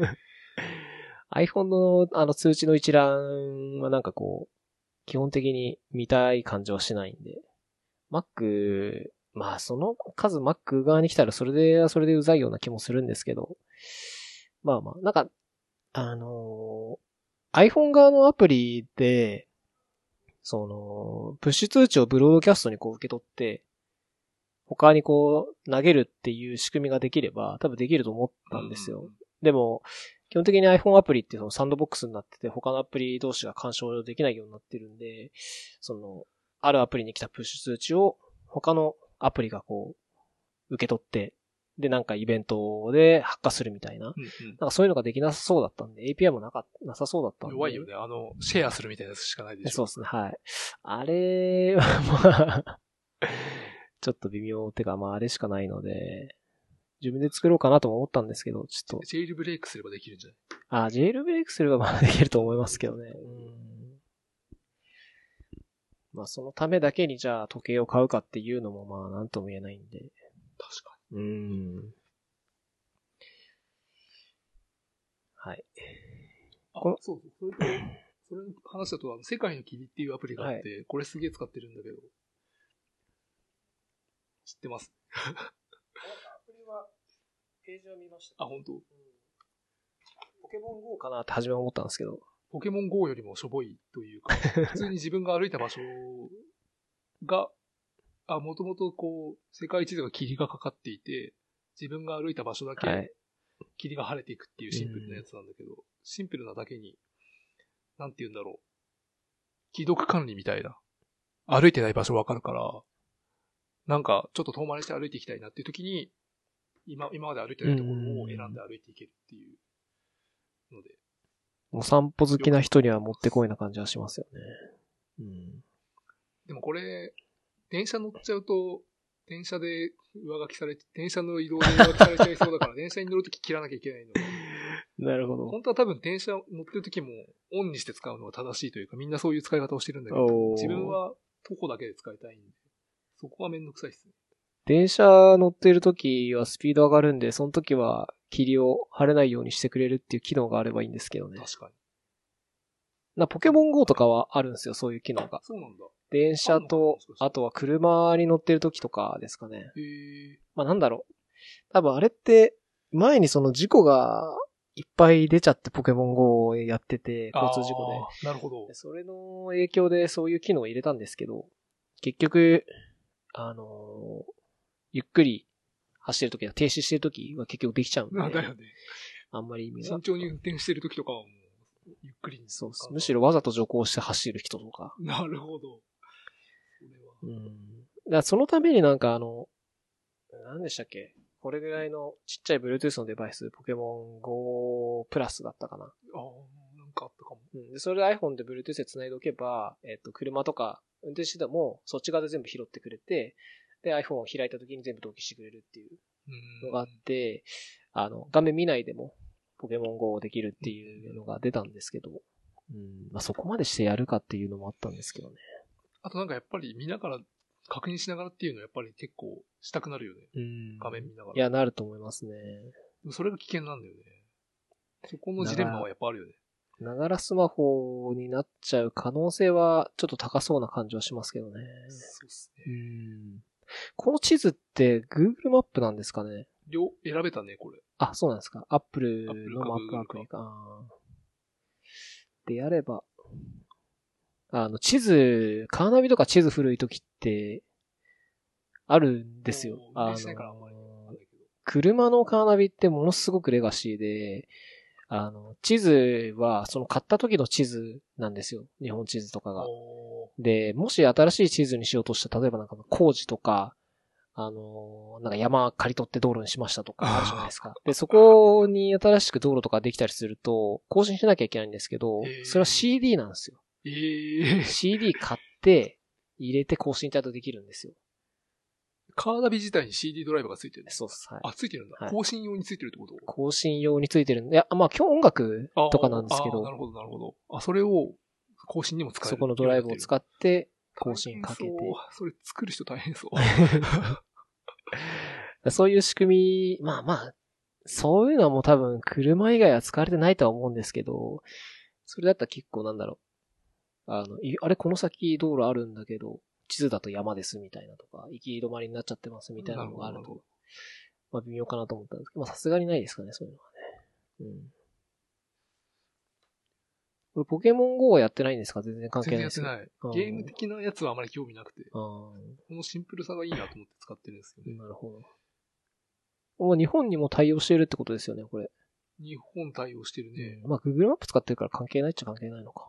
iPhone のあの通知の一覧はなんかこう、基本的に見たい感じはしないんで。Mac、まあその数 Mac 側に来たらそれで、それでうざいような気もするんですけど。まあまあ、なんか、あのー、iPhone 側のアプリで、その、プッシュ通知をブロードキャストにこう受け取って、他にこう投げるっていう仕組みができれば、多分できると思ったんですよ。うん、でも、基本的に iPhone アプリってそのサンドボックスになってて、他のアプリ同士が干渉できないようになってるんで、その、あるアプリに来たプッシュ通知を他のアプリがこう、受け取って、で、なんかイベントで発火するみたいな。うんうん、なんかそういうのができなさそうだったんで、エーピーアイ もなか、なさそうだったんで。 弱いよね。あの、シェアするみたいなやつしかないでしょ。 そうですね、はい。あれは、まあ、ちょっと微妙ってか、まああれしかないので、自分で作ろうかなとも思ったんですけど、ちょっと。 ジェイルブレイクすればできるんじゃない？ あ、ジェイルブレイクすればまあできると思いますけどね。うんまあそのためだけにじゃあ時計を買うかっていうのもまあなんとも言えないんで。 確かに。 うん。はい。 あ、そうそう。それと、それの話だと、あの、世界の霧っていうアプリがあって、はい、これすげえ使ってるんだけど。知ってます？アプリは、ページは見ました。 あ、本当？うん、 ポケモン ゴー かなって初めは思ったんですけど。 ポケモン ゴー よりもしょぼいというか、普通に自分が歩いた場所が、あ、もともとこう、世界地図が霧がかかっていて、自分が歩いた場所だけ、霧が晴れていくっていうシンプルなやつなんだけど、はい、シンプルなだけに、なんて言うんだろう。既読管理みたいな。歩いてない場所わかるから、なんかちょっと遠回りして歩いていきたいなっていう時に、今、今まで歩いてないところを選んで歩いていけるっていうので。 お散歩好きな人にはもってこいな感じはしますよね。うん、 でもこれ、電車乗っちゃうと、電車で上書きされて、電車の移動で上書きされちゃいそうだから、電車に乗るとき切らなきゃいけないの。 なるほど。 本当は多分電車乗ってるときもオンにして使うのが正しいというか、みんなそういう使い方をしてるんだけど、自分は徒歩だけで使いたいんで、そこはめんどくさいですね。 電車乗ってるときはスピード上がるんで、その時は霧を晴れないようにしてくれるっていう機能があればいいんですけどね。 確かに。 なポケモン ゴー とかはあるんですよ、そういう機能が。 そうなんだ。 電車と、あとは車に乗ってる時とかですかね。 へー。 まあなんだろう。多分あれって、前にその事故がいっぱい出ちゃってポケモン ゴー をやってて、交通事故で。なるほど。 それの影響でそういう機能を入れたんですけど、結局、あのー、ゆっくり走ってる時は停止してる時は結局できちゃうんで。 あ、だよね。 あんまり意味が。 慎重に運転してる時とかはもう、ゆっくりに。 そうです。むしろわざと徐行して走る人とか。 なるほど。 それは。うん。だからそのためになんかあの、何でしたっけ？これぐらいのちっちゃい Bluetooth のデバイス、ポケモン ゴー プラスだったかな。ああ、なんかあったかも。 うん。で、それで iPhone で Bluetooth で繋いでおけば、えっと、車とか運転してても、そっち側で全部拾ってくれて、で、iPhone を開いた時に全部同期してくれるっていうのがあって、あの、画面見ないでも、ポケモン ゴー できるっていうのが出たんですけど、うん、まあ、そこまでしてやるかっていうのもあったんですけどね。 あとなんかやっぱり見ながら、確認しながらっていうのはやっぱり結構したくなるよね。 うん。 画面見ながら。 いや、なると思いますね。 それが危険なんだよね。そこのジレンマはやっぱあるよね。 ながらスマホになっちゃう可能性はちょっと高そうな感じはしますけどね。 そうですね。 うん。この地図って Google マップなんですかね？ 両、選べたね、これ。 あ、そうなんですか。Apple のマップアプリか。でやれば、あの、地図、カーナビとか地図古い時って、あるんですよ。あの、車のカーナビってものすごくレガシーで、 あの、地図は、その買った時の地図なんですよ。日本地図とかが。で、もし新しい地図にしようとしたら、例えばなんか工事とか、あの、なんか山借り取って道路にしましたとかあるじゃないですか。で、そこに新しく道路とかできたりすると、更新しなきゃいけないんですけど、それは シーディー なんですよ。 えー、 シーディー 買って、入れて更新ちゃんとできるんですよ。 カーナビ自体に シーディー ドライバーがついてる。 そうです。はい。 あ、ついてるんだ。 はい、 更新用についてるってこと？ 更新用についてるんで、いや、まあ今日音楽とかなんですけど。 ああ、なるほど、なるほど。あ、それを更新にも使える。 そこのドライブを使って更新かけて。 それ作る人大変そう。 そういう仕組み、まあまあ、そういうのはもう多分車以外は使われてないとは思うんですけど、それだったら結構なんだろう。あの、あれこの先道路あるんだけど、地図だと山ですみたいなとか、行き止まりになっちゃってますみたいなのがあると、まあ微妙かなと思ったんですけど、まあさすがにないですかね、そういうのはね。うん。これポケモン ゴー はやってないんですか？全然関係ないです全然やってない。ゲーム的なやつはあまり興味なくて、このシンプルさがいいなと思って使ってるんですよね。 なるほど。もう日本にも対応しているってことですよね、これ。 日本対応してるね。 うん、まあ Google マップ使ってるから関係ないっちゃ関係ないのか。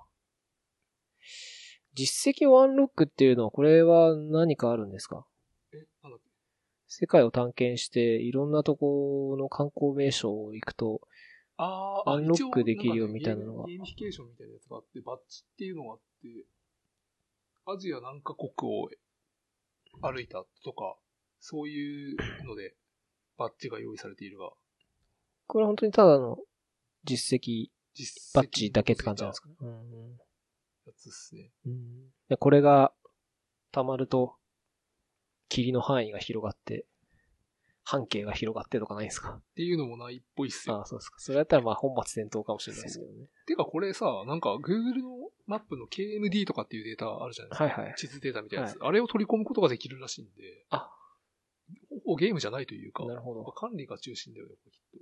実績ワンロックっていうのは、これは何かあるんですか？ え、なんだっけ？ 世界を探検して、いろんなとこの観光名所を行くと、 あアンロックできるよみたいなのが、 ね、ゲーミフィケーションみたいなやつがあって、バッジっていうのがあって、アジア何カ国を歩いたとか、そういうので、バッジが用意されているが。 これは本当にただの実績、バッジだけって感じなんですかね。うん、 やつですね。 うん、でこれが溜まると、霧の範囲が広がって、半径が広がってとかないですか？ っていうのもないっぽいっすよ。 ああ、そうですか。それだったらまあ本末転倒かもしれないですけどね。 てかこれさ、なんか Google のマップの ケーエムディー とかっていうデータあるじゃないですか。 はいはい。 地図データみたいなやつ。はい、あれを取り込むことができるらしいんで。 あ、 ほぼゲームじゃないというか。 なるほど。 管理が中心だよね、きっと。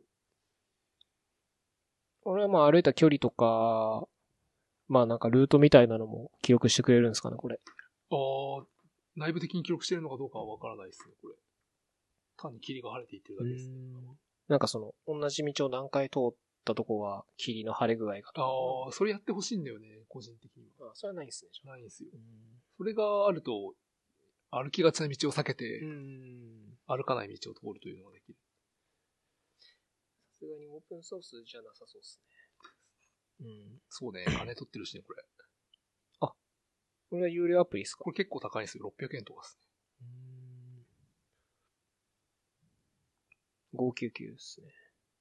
これはまあ歩いた距離とか、まあなんかルートみたいなのも記録してくれるんですかね、これ。 ああ、内部的に記録してるのかどうかはわからないですね、これ。単に霧が晴れていってるだけですね。 なんかその、同じ道を何回通ったとこは、霧の晴れ具合が。 ああ、それやってほしいんだよね、個人的には。あ、それはないですね。 ないんですよ。それがあると、歩きがちな道を避けて、歩かない道を通るというのができる。 さすがにオープンソースじゃなさそうですね。うん。 そうね、金取ってるしね、これ。 あ、これは有料アプリですか？ これ結構高いんですよ、ろっぴゃくえんとかですね。 ごひゃくきゅうじゅうきゅうですね。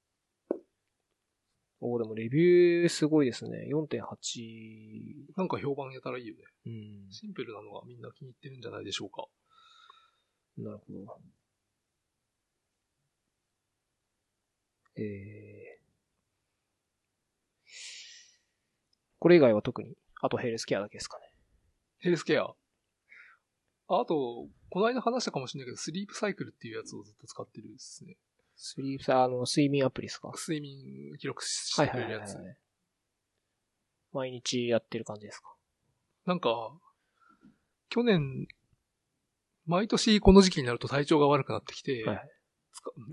おー、でもレビューすごいですね。よんてんはち。 なんか評判やたらいいよね。 うん。 シンプルなのがみんな気に入ってるんじゃないでしょうか。 なるほど。えー。これ以外は特に、あとヘルスケアだけですかね。 ヘルスケア。あと、この間話したかもしれないけど、スリープサイクルっていうやつをずっと使ってるですね。 スリープ、あの、睡眠アプリですか？ 睡眠記録してくれるやつ。はいはいはいはい。 毎日やってる感じですか？ なんか、去年、毎年この時期になると体調が悪くなってきて、はいはい、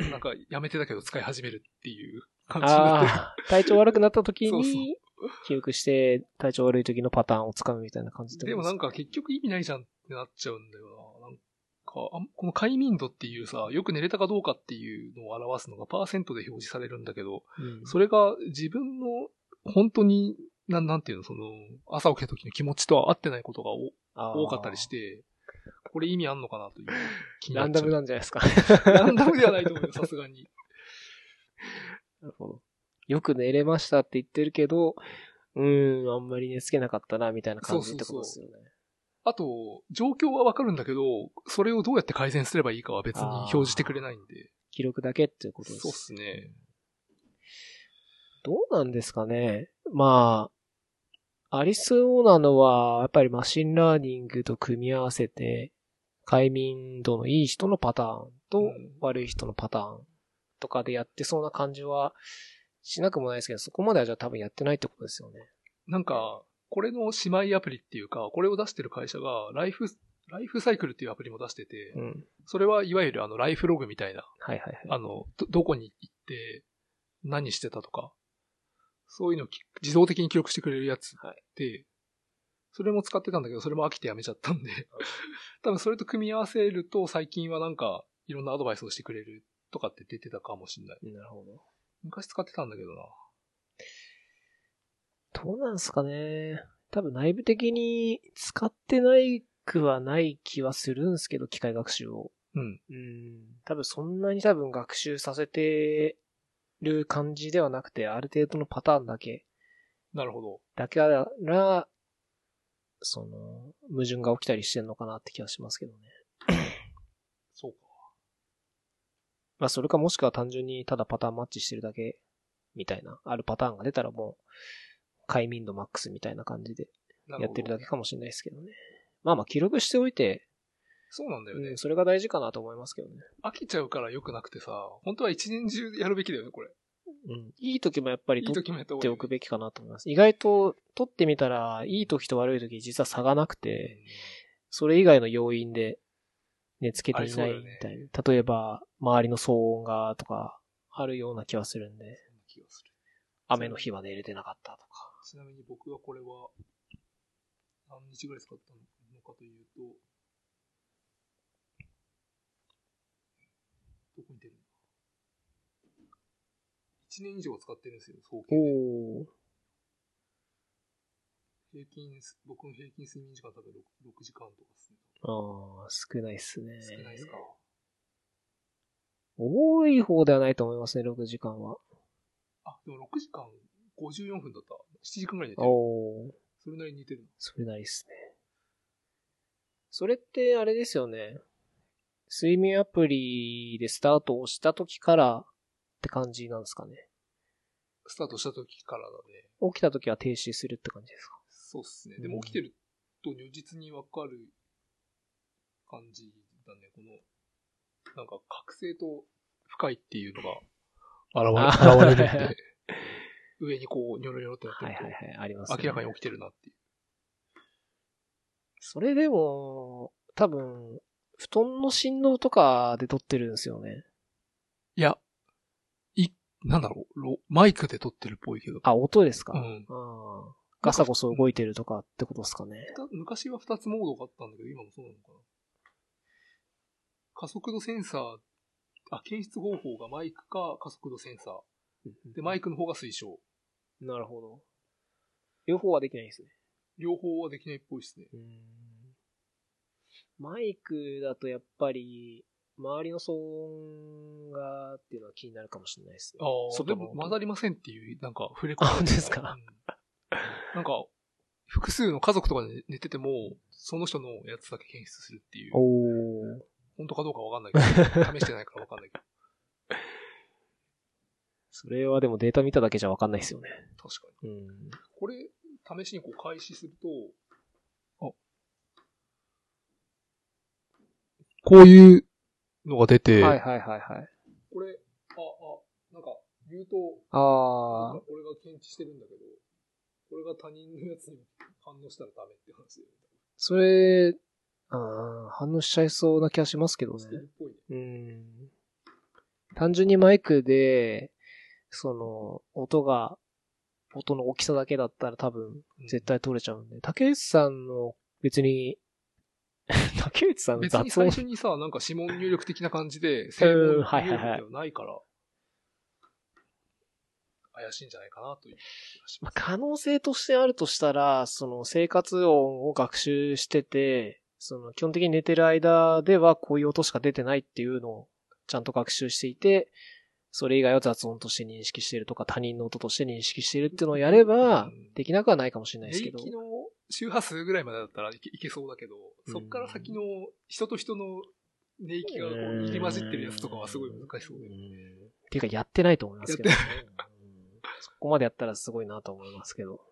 なんかやめてたけど使い始めるっていう感じになってる。 あ体調悪くなった時に、記憶して体調悪い時のパターンをつかむみたいな感じで。 でもなんか結局意味ないじゃんってなっちゃうんだよな。なんかあこの快眠度っていうさ、よく寝れたかどうかっていうのを表すのがパーセントで表示されるんだけど、うん、それが自分の本当にな、なんていうの、その、朝起きた時の気持ちとは合ってないことが多かったりして、これ意味あんのかなという気になっちゃう。 ランダムなんじゃないですか。 ランダムではないと思うよ、さすがに。 なるほど。よく寝れましたって言ってるけど、うーん、あんまり寝つけなかったな、みたいな感じってことですよね。そうそうそう。 あと、状況はわかるんだけど、それをどうやって改善すればいいかは別に表示してくれないんで。 記録だけっていうことです。 そうっすね。 どうなんですかね。まあ、ありそうなのは、やっぱりマシンラーニングと組み合わせて、快眠度のいい人のパターンと悪い人のパターンとかでやってそうな感じはしなくもないですけど、そこまではじゃあ多分やってないってことですよね。 なんか、これの姉妹アプリっていうか、これを出してる会社が、ライフ、ライフサイクルっていうアプリも出してて、うん、それはいわゆるあの、ライフログみたいな、 はいはいはい。 あの、ど、どこに行って、何してたとか、 そういうのを自動的に記録してくれるやつはい。 で、それも使ってたんだけど、それも飽きてやめちゃったんで、多分それと組み合わせると最近はなんかいろんなアドバイスをしてくれるとかって出てたかもしれない。 なるほど。 昔使ってたんだけどな。 どうなんすかね。多分内部的に使ってないくはない気はするんすけど、機械学習を。 うん。 うん。多分そんなに多分学習させてる感じではなくて、ある程度のパターンだけ。 なるほど。 だけなら、その、矛盾が起きたりしてんのかなって気がしますけどね。 そうか。 まあそれかもしくは単純にただパターンマッチしてるだけみたいな、あるパターンが出たらもう、快眠度マックスみたいな感じでやってるだけかもしれないですけどね。まあまあ記録しておいて、 そうなんだよね、 うん。それが大事かなと思いますけどね。 飽きちゃうから良くなくてさ、本当は一年中やるべきだよね、これ。 うん。いい時もやっぱり取っておくべきかなと思います。意外と取ってみたら、いい時と悪い時実は差がなくて、うん、それ以外の要因で寝つけていないみたいな。ね、例えば、周りの騒音がとか、あるような気はするんで。そんな気がする。雨の日は寝れてなかったとか。 ちなみに僕はこれは、何日ぐらい使ったのかというと、どこに出るんだ ?いち 年以上使ってるんですよ、総計で。お平均、僕の平均睡眠時間多分 6, 6時間とかですね。あああ、少ないっすね。 少ないっすか。 多い方ではないと思いますね、ろくじかんは。 あ、でもろくじかんごじゅうよんふんだった。しちじかんぐらい寝てる。おー。それなりに寝てるの。 それなりっすね。それってあれですよね。睡眠アプリでスタートをした時からって感じなんですかね。 スタートした時からだね。 起きた時は停止するって感じですか。 そうっすね。でも起きてると如実にわかる感じだね。この、なんか覚醒と深いっていうのが現れ、現れるんで、上にこうニョロニョロってなってると、はいはいはい、ありますね。明らかに起きてるなっていう。 それでも、多分、布団の振動とかで撮ってるんですよね。 いや、い、なんだろう、マイクで撮ってるっぽいけど。 あ、音ですか。うん。あガサゴソ動いてるとかってことですかね。 昔は二つモードがあったんだけど、今もそうなのかな。加速度センサー、あ、検出方法がマイクか加速度センサー。で、マイクの方が推奨。 なるほど。両方はできないですね。 両方はできないっぽいですね。うんマイクだとやっぱり、周りの騒音がっていうのは気になるかもしれないですね。 ああ、でも混ざりませんっていう、なんか触れ込み。 あ、本当ですか、うん、 なんか、複数の家族とかで寝てても、その人のやつだけ検出するっていう。 おー。 本当かどうかわかんないけど、試してないからわかんないけど。 それはでもデータ見ただけじゃわかんないですよね。 確かに。うん、これ、試しにこう開始すると、あ、こういうのが出て、 はいはいはいはい。 これ、あ、あ、なんか、言うと、 ああ。 俺が検知してるんだけど、これが他人のやつに反応したらダメって話で。 それ、ああ、反応しちゃいそうな気がしますけどね。 してるっぽいね。 うん。単純にマイクで、その、音が、音の大きさだけだったら多分、絶対取れちゃうんで。うん、竹内さんの別に、竹内さんの雑音。 別に最初にさ、なんか指紋入力的な感じで、声紋入力ではないから、怪しいんじゃないかなという気がします。 まあ、可能性としてあるとしたら、その生活音を学習してて、その基本的に寝てる間ではこういう音しか出てないっていうのをちゃんと学習していて、それ以外は雑音として認識しているとか他人の音として認識しているっていうのをやれば、できなくはないかもしれないですけど。 平気の周波数ぐらいまでだったらいけ、いけそうだけど、そっから先の人と人の寝息がこう入り混じってるやつとかはすごい難しそうだよね。 っていうかやってないと思いますけどね。そこまでやったらすごいなと思いますけど。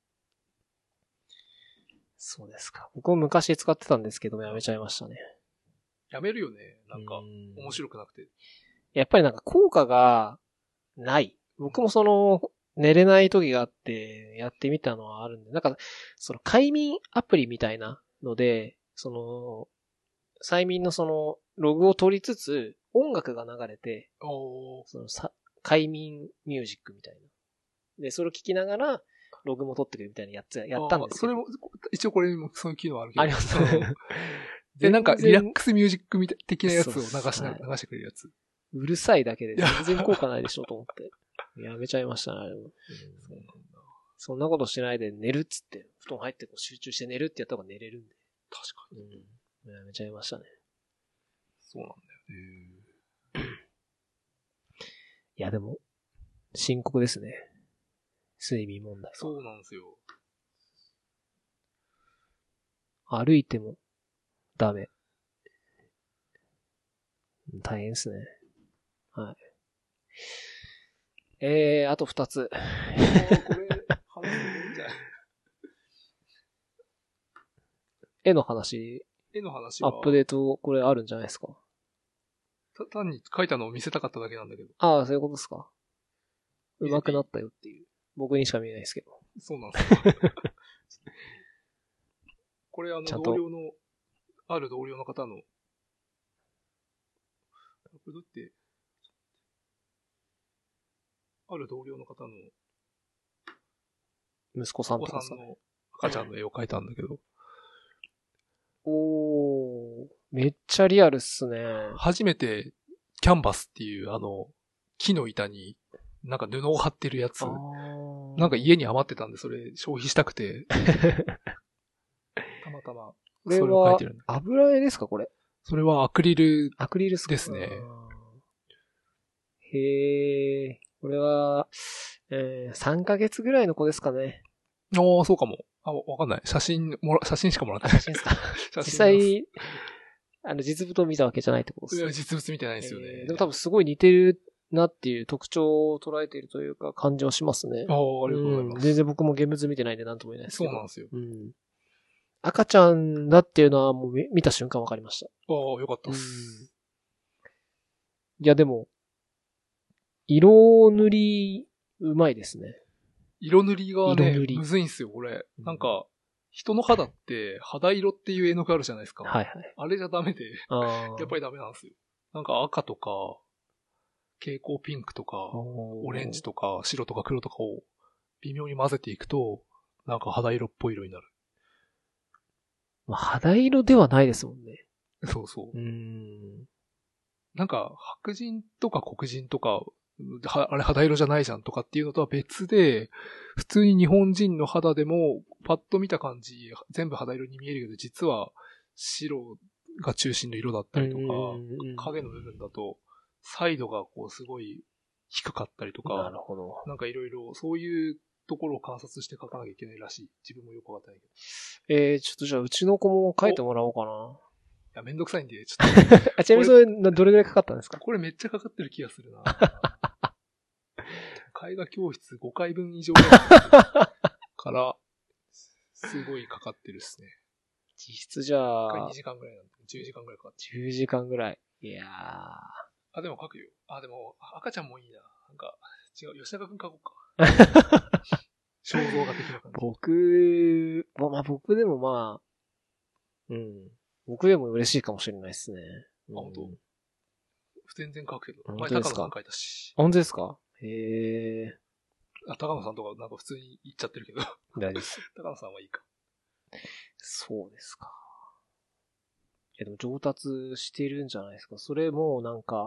そうですか。僕も昔使ってたんですけどもやめちゃいましたね。 やめるよね。なんか面白くなくて。 やっぱりなんか効果がない。僕もその寝れない時があってやってみたのはあるんで、なんかその快眠アプリみたいなので、その催眠のそのログを取りつつ音楽が流れて、そのさ快眠ミュージックみたいな。 で、それを聞きながら、ログも取ってくるみたいなやつやったんですけど。 それも、一応これにもそういう機能あるけど。 あります。 で、なんかリラックスミュージックみたい的なやつを流しな、流してくれるやつ。 うるさいだけで全然効果ないでしょと思って。やめちゃいましたね、あれも。うん、そうなんだ。そんなことしないで寝るっつって、布団入ってこう集中して寝るってやった方が寝れるんで。 確かに。 うん。やめちゃいましたね。 そうなんだよね。 いや、でも、深刻ですね。睡眠問題。 そうなんですよ。 歩いてもダメ。大変ですね。はい。えー、あと二つ。これ、 話すんじゃない？ 絵の話。 絵の話は。 アップデート、これあるんじゃないですか？ た、単に書いたのを見せたかっただけなんだけど。 ああ、そういうことですか。上手くなったよっていう。僕にしか見えないですけど。 そうなんですか。これあの、同僚の、ある同僚の方の、これどうやって、ある同僚の方の、 息子さんとかさんの赤ちゃんの絵を描いたんだけど。 おー、めっちゃリアルっすね。 初めて、キャンバスっていうあの、木の板に、なんか布を貼ってるやつ。なんか家に余ってたんで、それ消費したくて。たまたま。 それを描いてるんだ。油絵ですか、これ。 それはアクリル。 アクリルですね。 へー。これは、えー、さんかげつぐらいの子ですかね。 ああ、そうかも。あ、わかんない。写真、もら、写真しかもらってない。 写真ですか。実際、あの、実物を見たわけじゃないってことですね。 いや、実物見てないですよね、 えー。でも多分すごい似てるなっていう特徴を捉えているというか感じはしますね。 ああ、ありがとうございます。 うん、全然僕も現物見てないんで何とも言えないですけど。 そうなんですよ。 うん。赤ちゃんだっていうのはもう見た瞬間わかりました。 ああ、よかったです。 いやでも、色塗り、うまいですね。 色塗りがね、むずいんすよ、これ。うん、なんか、人の肌って肌色っていう絵の具あるじゃないですか。 はいはい。 あれじゃダメで、やっぱりダメなんですよ。なんか赤とか、蛍光ピンクとか、オレンジとか、白とか黒とかを微妙に混ぜていくと、なんか肌色っぽい色になる。 まあ、肌色ではないですもんね。 そうそう。 うーん。 なんか、白人とか黒人とか、あれ肌色じゃないじゃんとかっていうのとは別で、普通に日本人の肌でも、パッと見た感じ、全部肌色に見えるけど、実は白が中心の色だったりとか、影の部分だと、サイドがこうすごい低かったりとか、 なるほど。 なんかいろいろそういうところを観察して描かなきゃいけないらしい。自分もよくわかってないけど。 えー、ちょっとじゃあうちの子も描いてもらおうかな。 いや、めんどくさいんで、ちょっと。 あ、ちなみにそれ、どれぐらいかかったんですか？ これめっちゃかかってる気がするな。絵画教室ごかいぶん以上から、すごいかかってるっすね。 実質じゃあ、 にじかんぐらいなんで、じゅうじかんぐらいかかってる。じゅうじかんぐらい。いやー。 あ、でも描くよ。あ、でも、赤ちゃんもいいな。なんか、違う、吉永くん描こうか。肖像画的な感じ。 僕、まあ僕でもまあ、うん。僕でも嬉しいかもしれないですね。 うん、あ、本当？全然描くけど。 前高野さん描いたし。 本当ですか？へえ。 あ、高野さんとかなんか普通に言っちゃってるけど。 大丈夫です。 高野さんはいいか。 そうですか。え、でも上達してるんじゃないですか。それもなんか、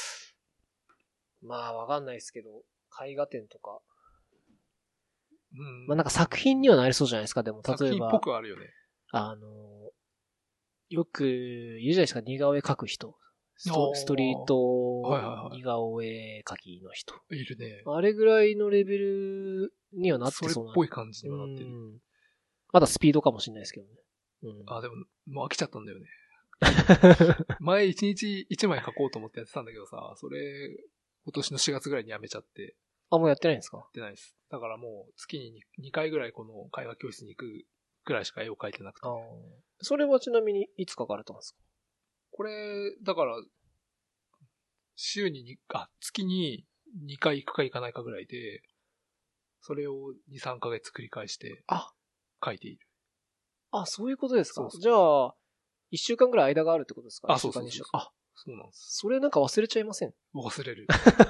まあわかんないですけど、絵画展とか。うん。まあなんか作品にはなりそうじゃないですか。でも例えば。 作品っぽくあるよね。 あの、よく言うじゃないですか。似顔絵描く人。スト, ストリート似顔絵描きの人、 いるね。 あれぐらいのレベルにはなってそうな。 それっぽい感じにはなってる。 まだスピードかもしれないですけどね。 うん、あ、でも、もう飽きちゃったんだよね。前一日一枚描こうと思ってやってたんだけどさ、それ、今年のしがつぐらいにやめちゃって。 あ、もうやってないんですか？ やってないです。だからもう月ににかいぐらいこの絵画教室に行くぐらいしか絵を描いてなくて。あ、 それはちなみにいつ描かれたんですか？ これ、だから、週にに、あ、月ににかい行くか行かないかぐらいで、それをに、さんかげつ繰り返して、あ、描いている。 あ、そういうことですか。そうそう。じゃあ、いっしゅうかんぐらい間があるってことですか？ あ、そうそうそう。 あ、 そうなんです。 それなんか忘れちゃいません？ 忘れる。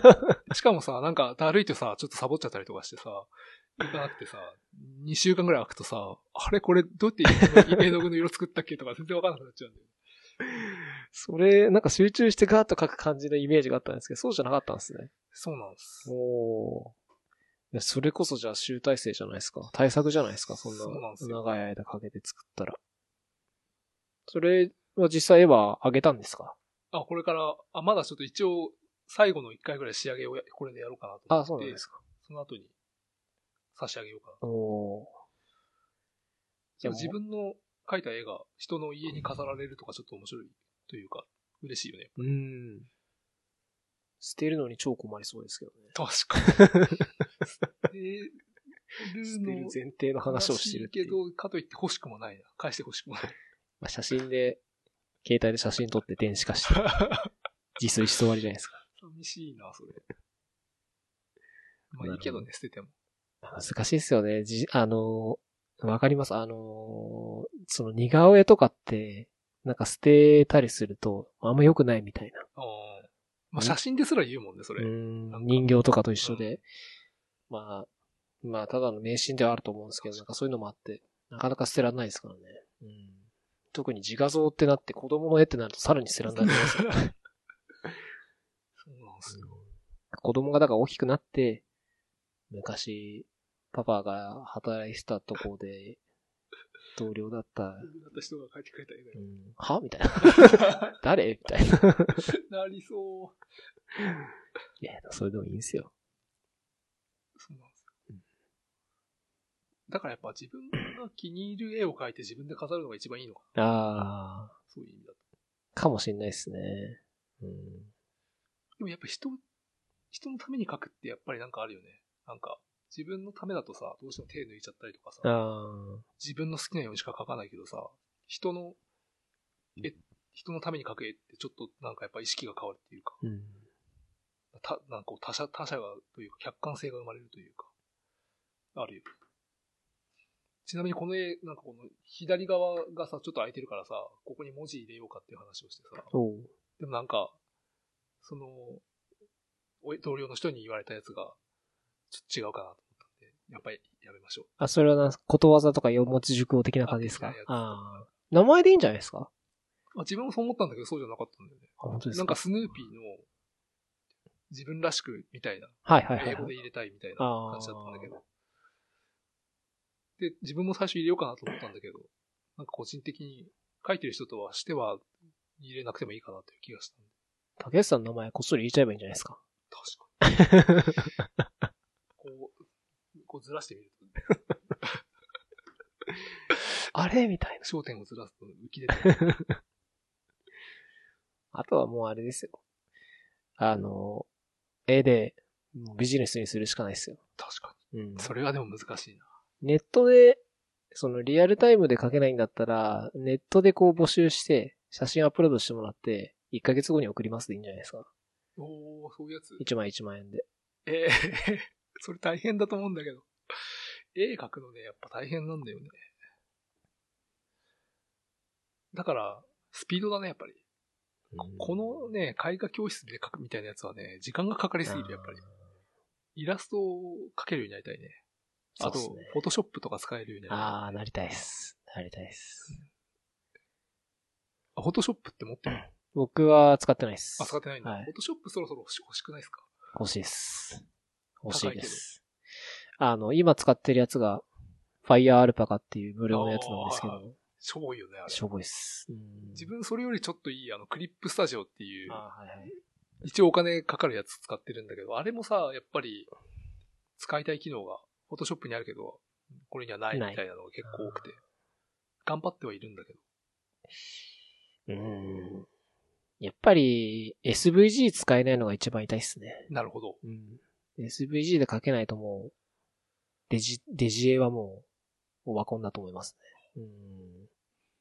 しかもさ、なんかだるいとさ、ちょっとサボっちゃったりとかしてさ、行かなくてさ、にしゅうかんぐらい空くとさ、あれこれどうやって絵の具の色作ったっけとか全然わかんなくなっちゃうんだよ。 それ、なんか集中してガーッと描く感じのイメージがあったんですけど、そうじゃなかったんですね。 そうなんです。 おー。それこそじゃあ集大成じゃないですか。対策じゃないですか、そんな長い間かけて作ったら。それは実際絵は上げたんですか？ あ、これから、あ、まだちょっと一応最後のいっかいぐらい仕上げをこれでやろうかなと思って。 あ、そうなんですか。 その後に差し上げようかな。 おー。自分の描いた絵が人の家に飾られるとかちょっと面白いというか、嬉しいよね。 うん。捨てるのに超困りそうですけどね。 確かに。捨てるの前提の話をしてるっていう。 けど、かといって欲しくもないな。返して欲しくもない。 まあ写真で、携帯で写真撮って電子化して、自炊しそうわりじゃないですか。 寂しいな、それ。まあいいけどね、捨てても。 難しいですよね。じ、あの、わかります。あの、その似顔絵とかって、なんか捨てたりすると、あんま良くないみたいな。 あまあ写真ですら言うもんね、それ。 うん人形とかと一緒で。うん、まあ、まあ、ただの迷信ではあると思うんですけど、なんかそういうのもあって、なかなか捨てられないですからね。うん、特に自画像ってなって子供の絵ってなるとさらに捨てられないですよ。そうなんですよ。 子供がだから大きくなって、昔、パパが働いてたとこで、同僚だった。同僚だった人が書いてくれた絵だよ。 うん、はみたいな。誰みたいな。 なりそう。 いや、それでもいいんですよ。 そうなんですよ。うん、だからやっぱ自分が気に入る絵を描いて自分で飾るのが一番いいのかな。 ああ。 そういう意味だと。 かもしれないですね。うん。 でもやっぱ人、人のために描くってやっぱりなんかあるよね。なんか、自分のためだとさ、どうしても手抜いちゃったりとかさ、自分の好きなようにしか描かないけどさ、人の、え、人のために描く絵ってちょっとなんかやっぱ意識が変わるっていうか、うん、たなんか他者、他者がというか客観性が生まれるというか、あるよ。ちなみにこの絵、なんかこの左側がさ、ちょっと空いてるからさ、ここに文字入れようかっていう話をしてさ、でもなんか、その、同僚の人に言われたやつが、ちょっと違うかなと思ったんで、やっぱりやめましょう。 あ、それはなんことわざとか四文字熟語的な感じですか？ああ。名前でいいんじゃないですか？ あ、自分もそう思ったんだけど、そうじゃなかったんだよね。 あ、本当ですか？ なんかスヌーピーの自分らしくみたいな。 はいはいはい。 英語で入れたいみたいな感じだったんだけど。で、自分も最初入れようかなと思ったんだけど、なんか個人的に書いてる人とはしては入れなくてもいいかなという気がしたんで。 竹内さんの名前こっそり言っちゃえばいいんじゃないですか？ 確かに。こう、こうずらしてみると。 あれみたいな。 焦点をずらすと浮き出てくる。 あとはもうあれですよ。あの、絵でビジネスにするしかないですよ。 確かに。うん。それはでも難しいな。 ネットで、そのリアルタイムで描けないんだったら、ネットでこう募集して、写真アップロードしてもらって、いっかげつごに送りますでいいんじゃないですか。 おー、そういうやつ ?いちまいいちまんえんで。 ええー、それ大変だと思うんだけど。絵描くのね、やっぱ大変なんだよね。だから、スピードだね、やっぱり。このね、絵画教室で描くみたいなやつはね、時間がかかりすぎる、やっぱり。イラストを描けるようになりたいね。あと、ね、フォトショップとか使えるようになりたい。 ああ、なりたいっす。なりたいっす。 あ、フォトショップって持ってる？ 僕は使ってないっす。 あ、使ってないんだ。 はい、 フォトショップそろそろ欲し欲しくないですか？ 欲しいっす。欲しいです。あの、今使ってるやつが、Fire Alpaca っていう無料のやつなんですけど。 しょぼいよね、あれ。 しょぼいっす。 自分それよりちょっといい、あの、クリップスタジオっていう、 あ、はいはい、 一応お金かかるやつ使ってるんだけど、あれもさ、やっぱり、使いたい機能が、フォトショップにあるけど、これにはないみたいなのが結構多くて、頑張ってはいるんだけど。 うーん。やっぱり、エスブイジー 使えないのが一番痛いっすね。 なるほど。 うん、エスブイジー で書けないともう、デジ、デジエはもう、オワコンだと思いますね。うん。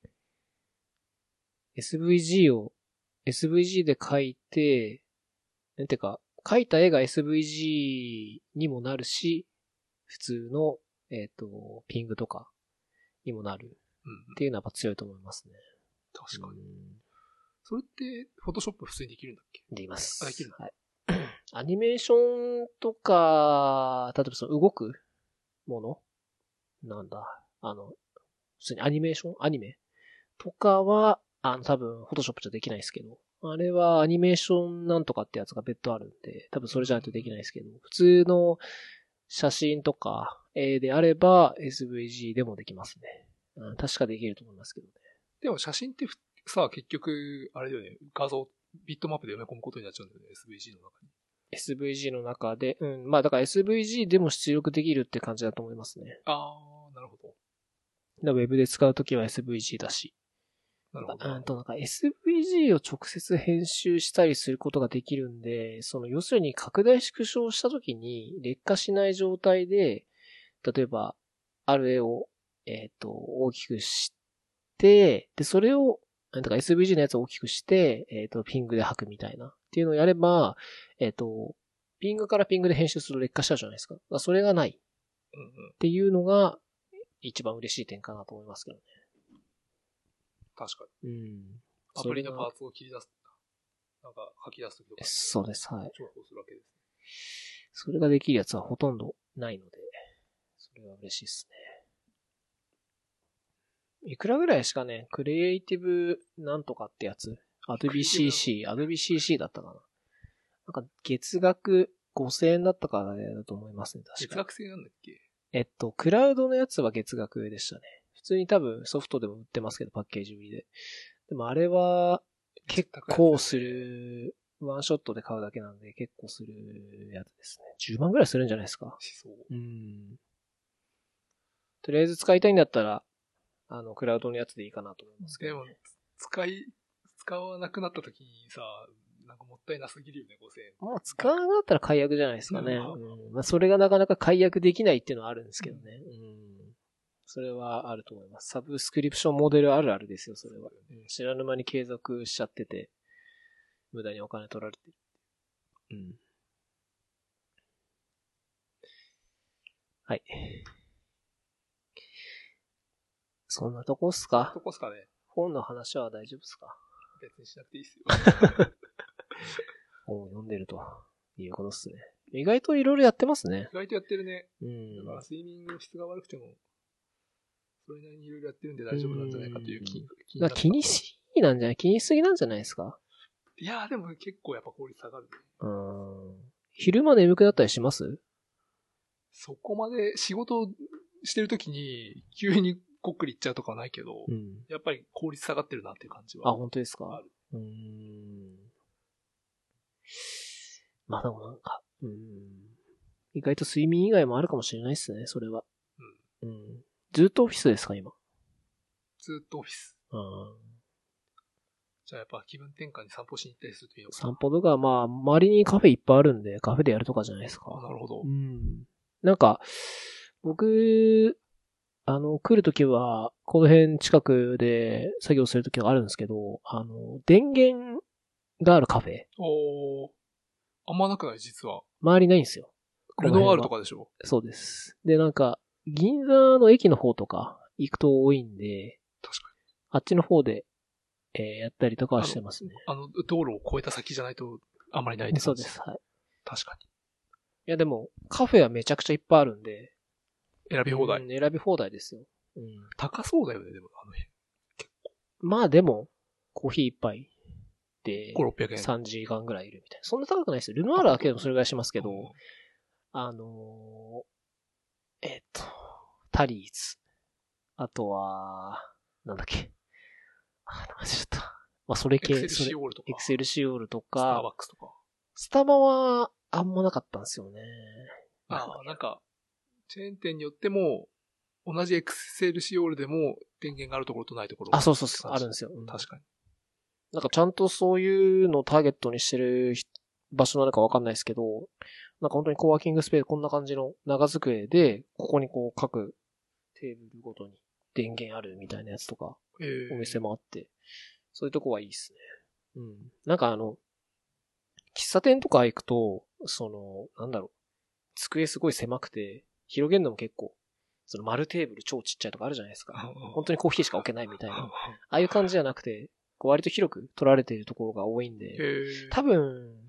エスブイジー を、エスブイジー で書いて、なんていうか、書いた絵が エスブイジー にもなるし、普通の、えっと、ピングとかにもなるっていうのはやっぱ強いと思いますね。 確かに。それって、フォトショップ普通にできるんだっけ？ できます。 あ、できる。 はい。 アニメーションとか、例えばその動くものなんだ。あの、普通にアニメーションアニメとかは、あの、多分、フォトショップじゃできないですけど、あれはアニメーションなんとかってやつが別途あるんで、多分それじゃないとできないですけど、普通の写真とか絵であれば エスブイジー でもできますね。うん、確かできると思いますけどね。 でも写真ってさ、結局、あれだよね、画像、ビットマップで読め込むことになっちゃうんだよね、エスブイジー の中に。 エスブイジー の中で、うん、まあだから エスブイジー でも出力できるって感じだと思いますね。 あー、なるほど。 ウェブで使うときは エスブイジー だし。 なるほど。 うんとなんか エスブイジー を直接編集したりすることができるんで、その要するに拡大縮小したときに劣化しない状態で、例えばある絵を、えっと、大きくして、で、それを、だから エスブイジー のやつを大きくして、えっと、ピングで吐くみたいなっていうのをやれば、えっと、ピングからピングで編集すると劣化しちゃうじゃないですか。だからそれがないっていうのが一番嬉しい点かなと思いますけどね。 確かに。 うん。 アプリのパーツを切り出す。なんか書き出すときとか。 そうです、はい。 重宝するわけですね。 それができるやつはほとんどないので、それは嬉しいですね。いくらぐらいですかね、クリエイティブなんとかってやつ。Adobe シーシー、Adobe シーシー だったかな。なんか月額ごせんえんだったからだと思いますね、確か。 月額制なんだっけ？ えっと、クラウドのやつは月額でしたね。普通に多分ソフトでも売ってますけど、パッケージ売りで。でもあれは結構する、ワンショットで買うだけなんで結構するやつですね。じゅうまんぐらいするんじゃないですか。 しそう。 うん。とりあえず使いたいんだったら、あの、クラウドのやつでいいかなと思いますけど、ね。 でも、使い、使わなくなった時にさ、なんかもったいなすぎるよね、ごせんえん。 もう使わなくなったら解約じゃないですかね。うん、まあ、それがなかなか解約できないっていうのはあるんですけどね。うん。それはあると思います。サブスクリプションモデルあるあるですよ、それは。うん、知らぬ間に継続しちゃってて、無駄にお金取られてる。うん。はい。そんなとこっすか？ そんなとこっすかね。 本の話は大丈夫っすか？ 別にしなくていいっすよ。 本を読んでるということっすね。意外といろいろやってますね。 意外とやってるね。 うん。 だから睡眠の質が悪くても、それなりにいろいろやってるんで大丈夫なんじゃないかという気、 気に気にしすぎなんじゃない気にしすぎなんじゃないですか？ いやーでも結構やっぱ効率下がるね。 うん。昼間眠くなったりします？ そこまで仕事してるときに急にこっくりいっちゃうとかはないけど、うん、やっぱり効率下がってるなっていう感じは。 あ、本当ですか？ある。うーん。まあでもなんか、うん。意外と睡眠以外もあるかもしれないですね、それは。うん。うん。ずっとオフィスですか、今。 ずっとオフィス。 うん。 じゃあやっぱ気分転換に散歩しに行ったりするといいのかな。 散歩とか、まあ、周りにカフェいっぱいあるんで、カフェでやるとかじゃないですか。 あ、なるほど。 うん。なんか、僕、あの、来るときは、この辺近くで作業するときがあるんですけど、あの、電源があるカフェ。 おー。あんまなくない実は。 周りないんですよ。 ルノワールとかでしょ？ そうです。で、なんか、銀座の駅の方とか行くと多いんで、 確かに。 あっちの方で、えー、やったりとかはしてますね。 あの、あの道路を越えた先じゃないとあんまりないって感じ。そうです。はい。 確かに。 いやでも、カフェはめちゃくちゃいっぱいあるんで。 選び放題。 うん、選び放題ですよ。うん。 高そうだよね、でも、あの辺。結構。 まあでも、コーヒー一杯で、 ご、ろっぴゃくえん。 さんじかんぐらいいるみたいな。そんな高くないですよ。ルノワールだけでもそれぐらいしますけど、あのー、えっと、タリーズ。あとは、なんだっけ。あ、名前ちょっと。まあ、それ系。エクセルシオールとか。エクセルシオールとか。 スターバックスとか。 スタバは、あんまなかったんですよね。 ああ、なんか、チェーン店によっても、同じエクセルシオールでも電源があるところとないところあ、そうそうそう、あるんですよ。 うん、確かに。 なんかちゃんとそういうのをターゲットにしてる場所なのかわかんないですけど、なんか本当にコワーキングスペースこんな感じの長机で、ここにこう各テーブルごとに電源あるみたいなやつとか、お店もあって、そういうとこはいいですね。うん。なんかあの、喫茶店とか行くと、その、なんだろう、机すごい狭くて、広げるのも結構、その丸テーブル超ちっちゃいとかあるじゃないですか。本当にコーヒーしか置けないみたいな。ああいう感じじゃなくて、こう割と広く取られているところが多いんで、多分、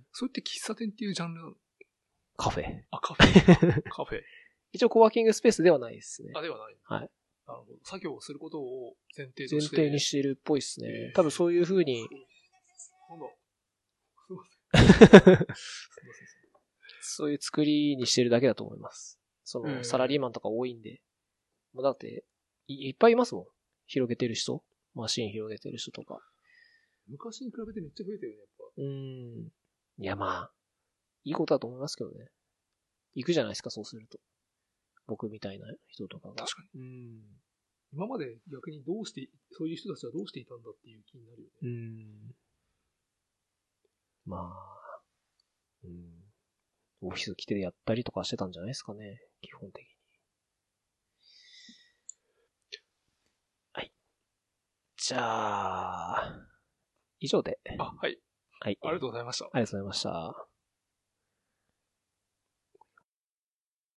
それって喫茶店っていうジャンルなの？ カフェ。 あ、カフェ。カフェ。 一応コワーキングスペースではないですね。 あ、ではない。 はい。 なるほど。作業をすることを前提として。 前提にしてるっぽいですね。多分そういう風に。 今度。すいません。すいません。 そういう作りにしてるだけだと思います。その、サラリーマンとか多いんで。もうだってい、いっぱいいますもん。広げてる人。マシン広げてる人とか。 昔に比べてめっちゃ増えてるね、やっぱ。 うーん。いや、まあ、いいことだと思いますけどね。行くじゃないですか、そうすると。僕みたいな人とかが。 確かに。うん。今まで逆にどうして、そういう人たちはどうしていたんだっていう気になるよね。 うん。まあ、うん。オフィス来てやったりとかしてたんじゃないですかね、基本的に。はい。じゃあ、以上で。 あ、はい。 はい。 ありがとうございました。ありがとうございました。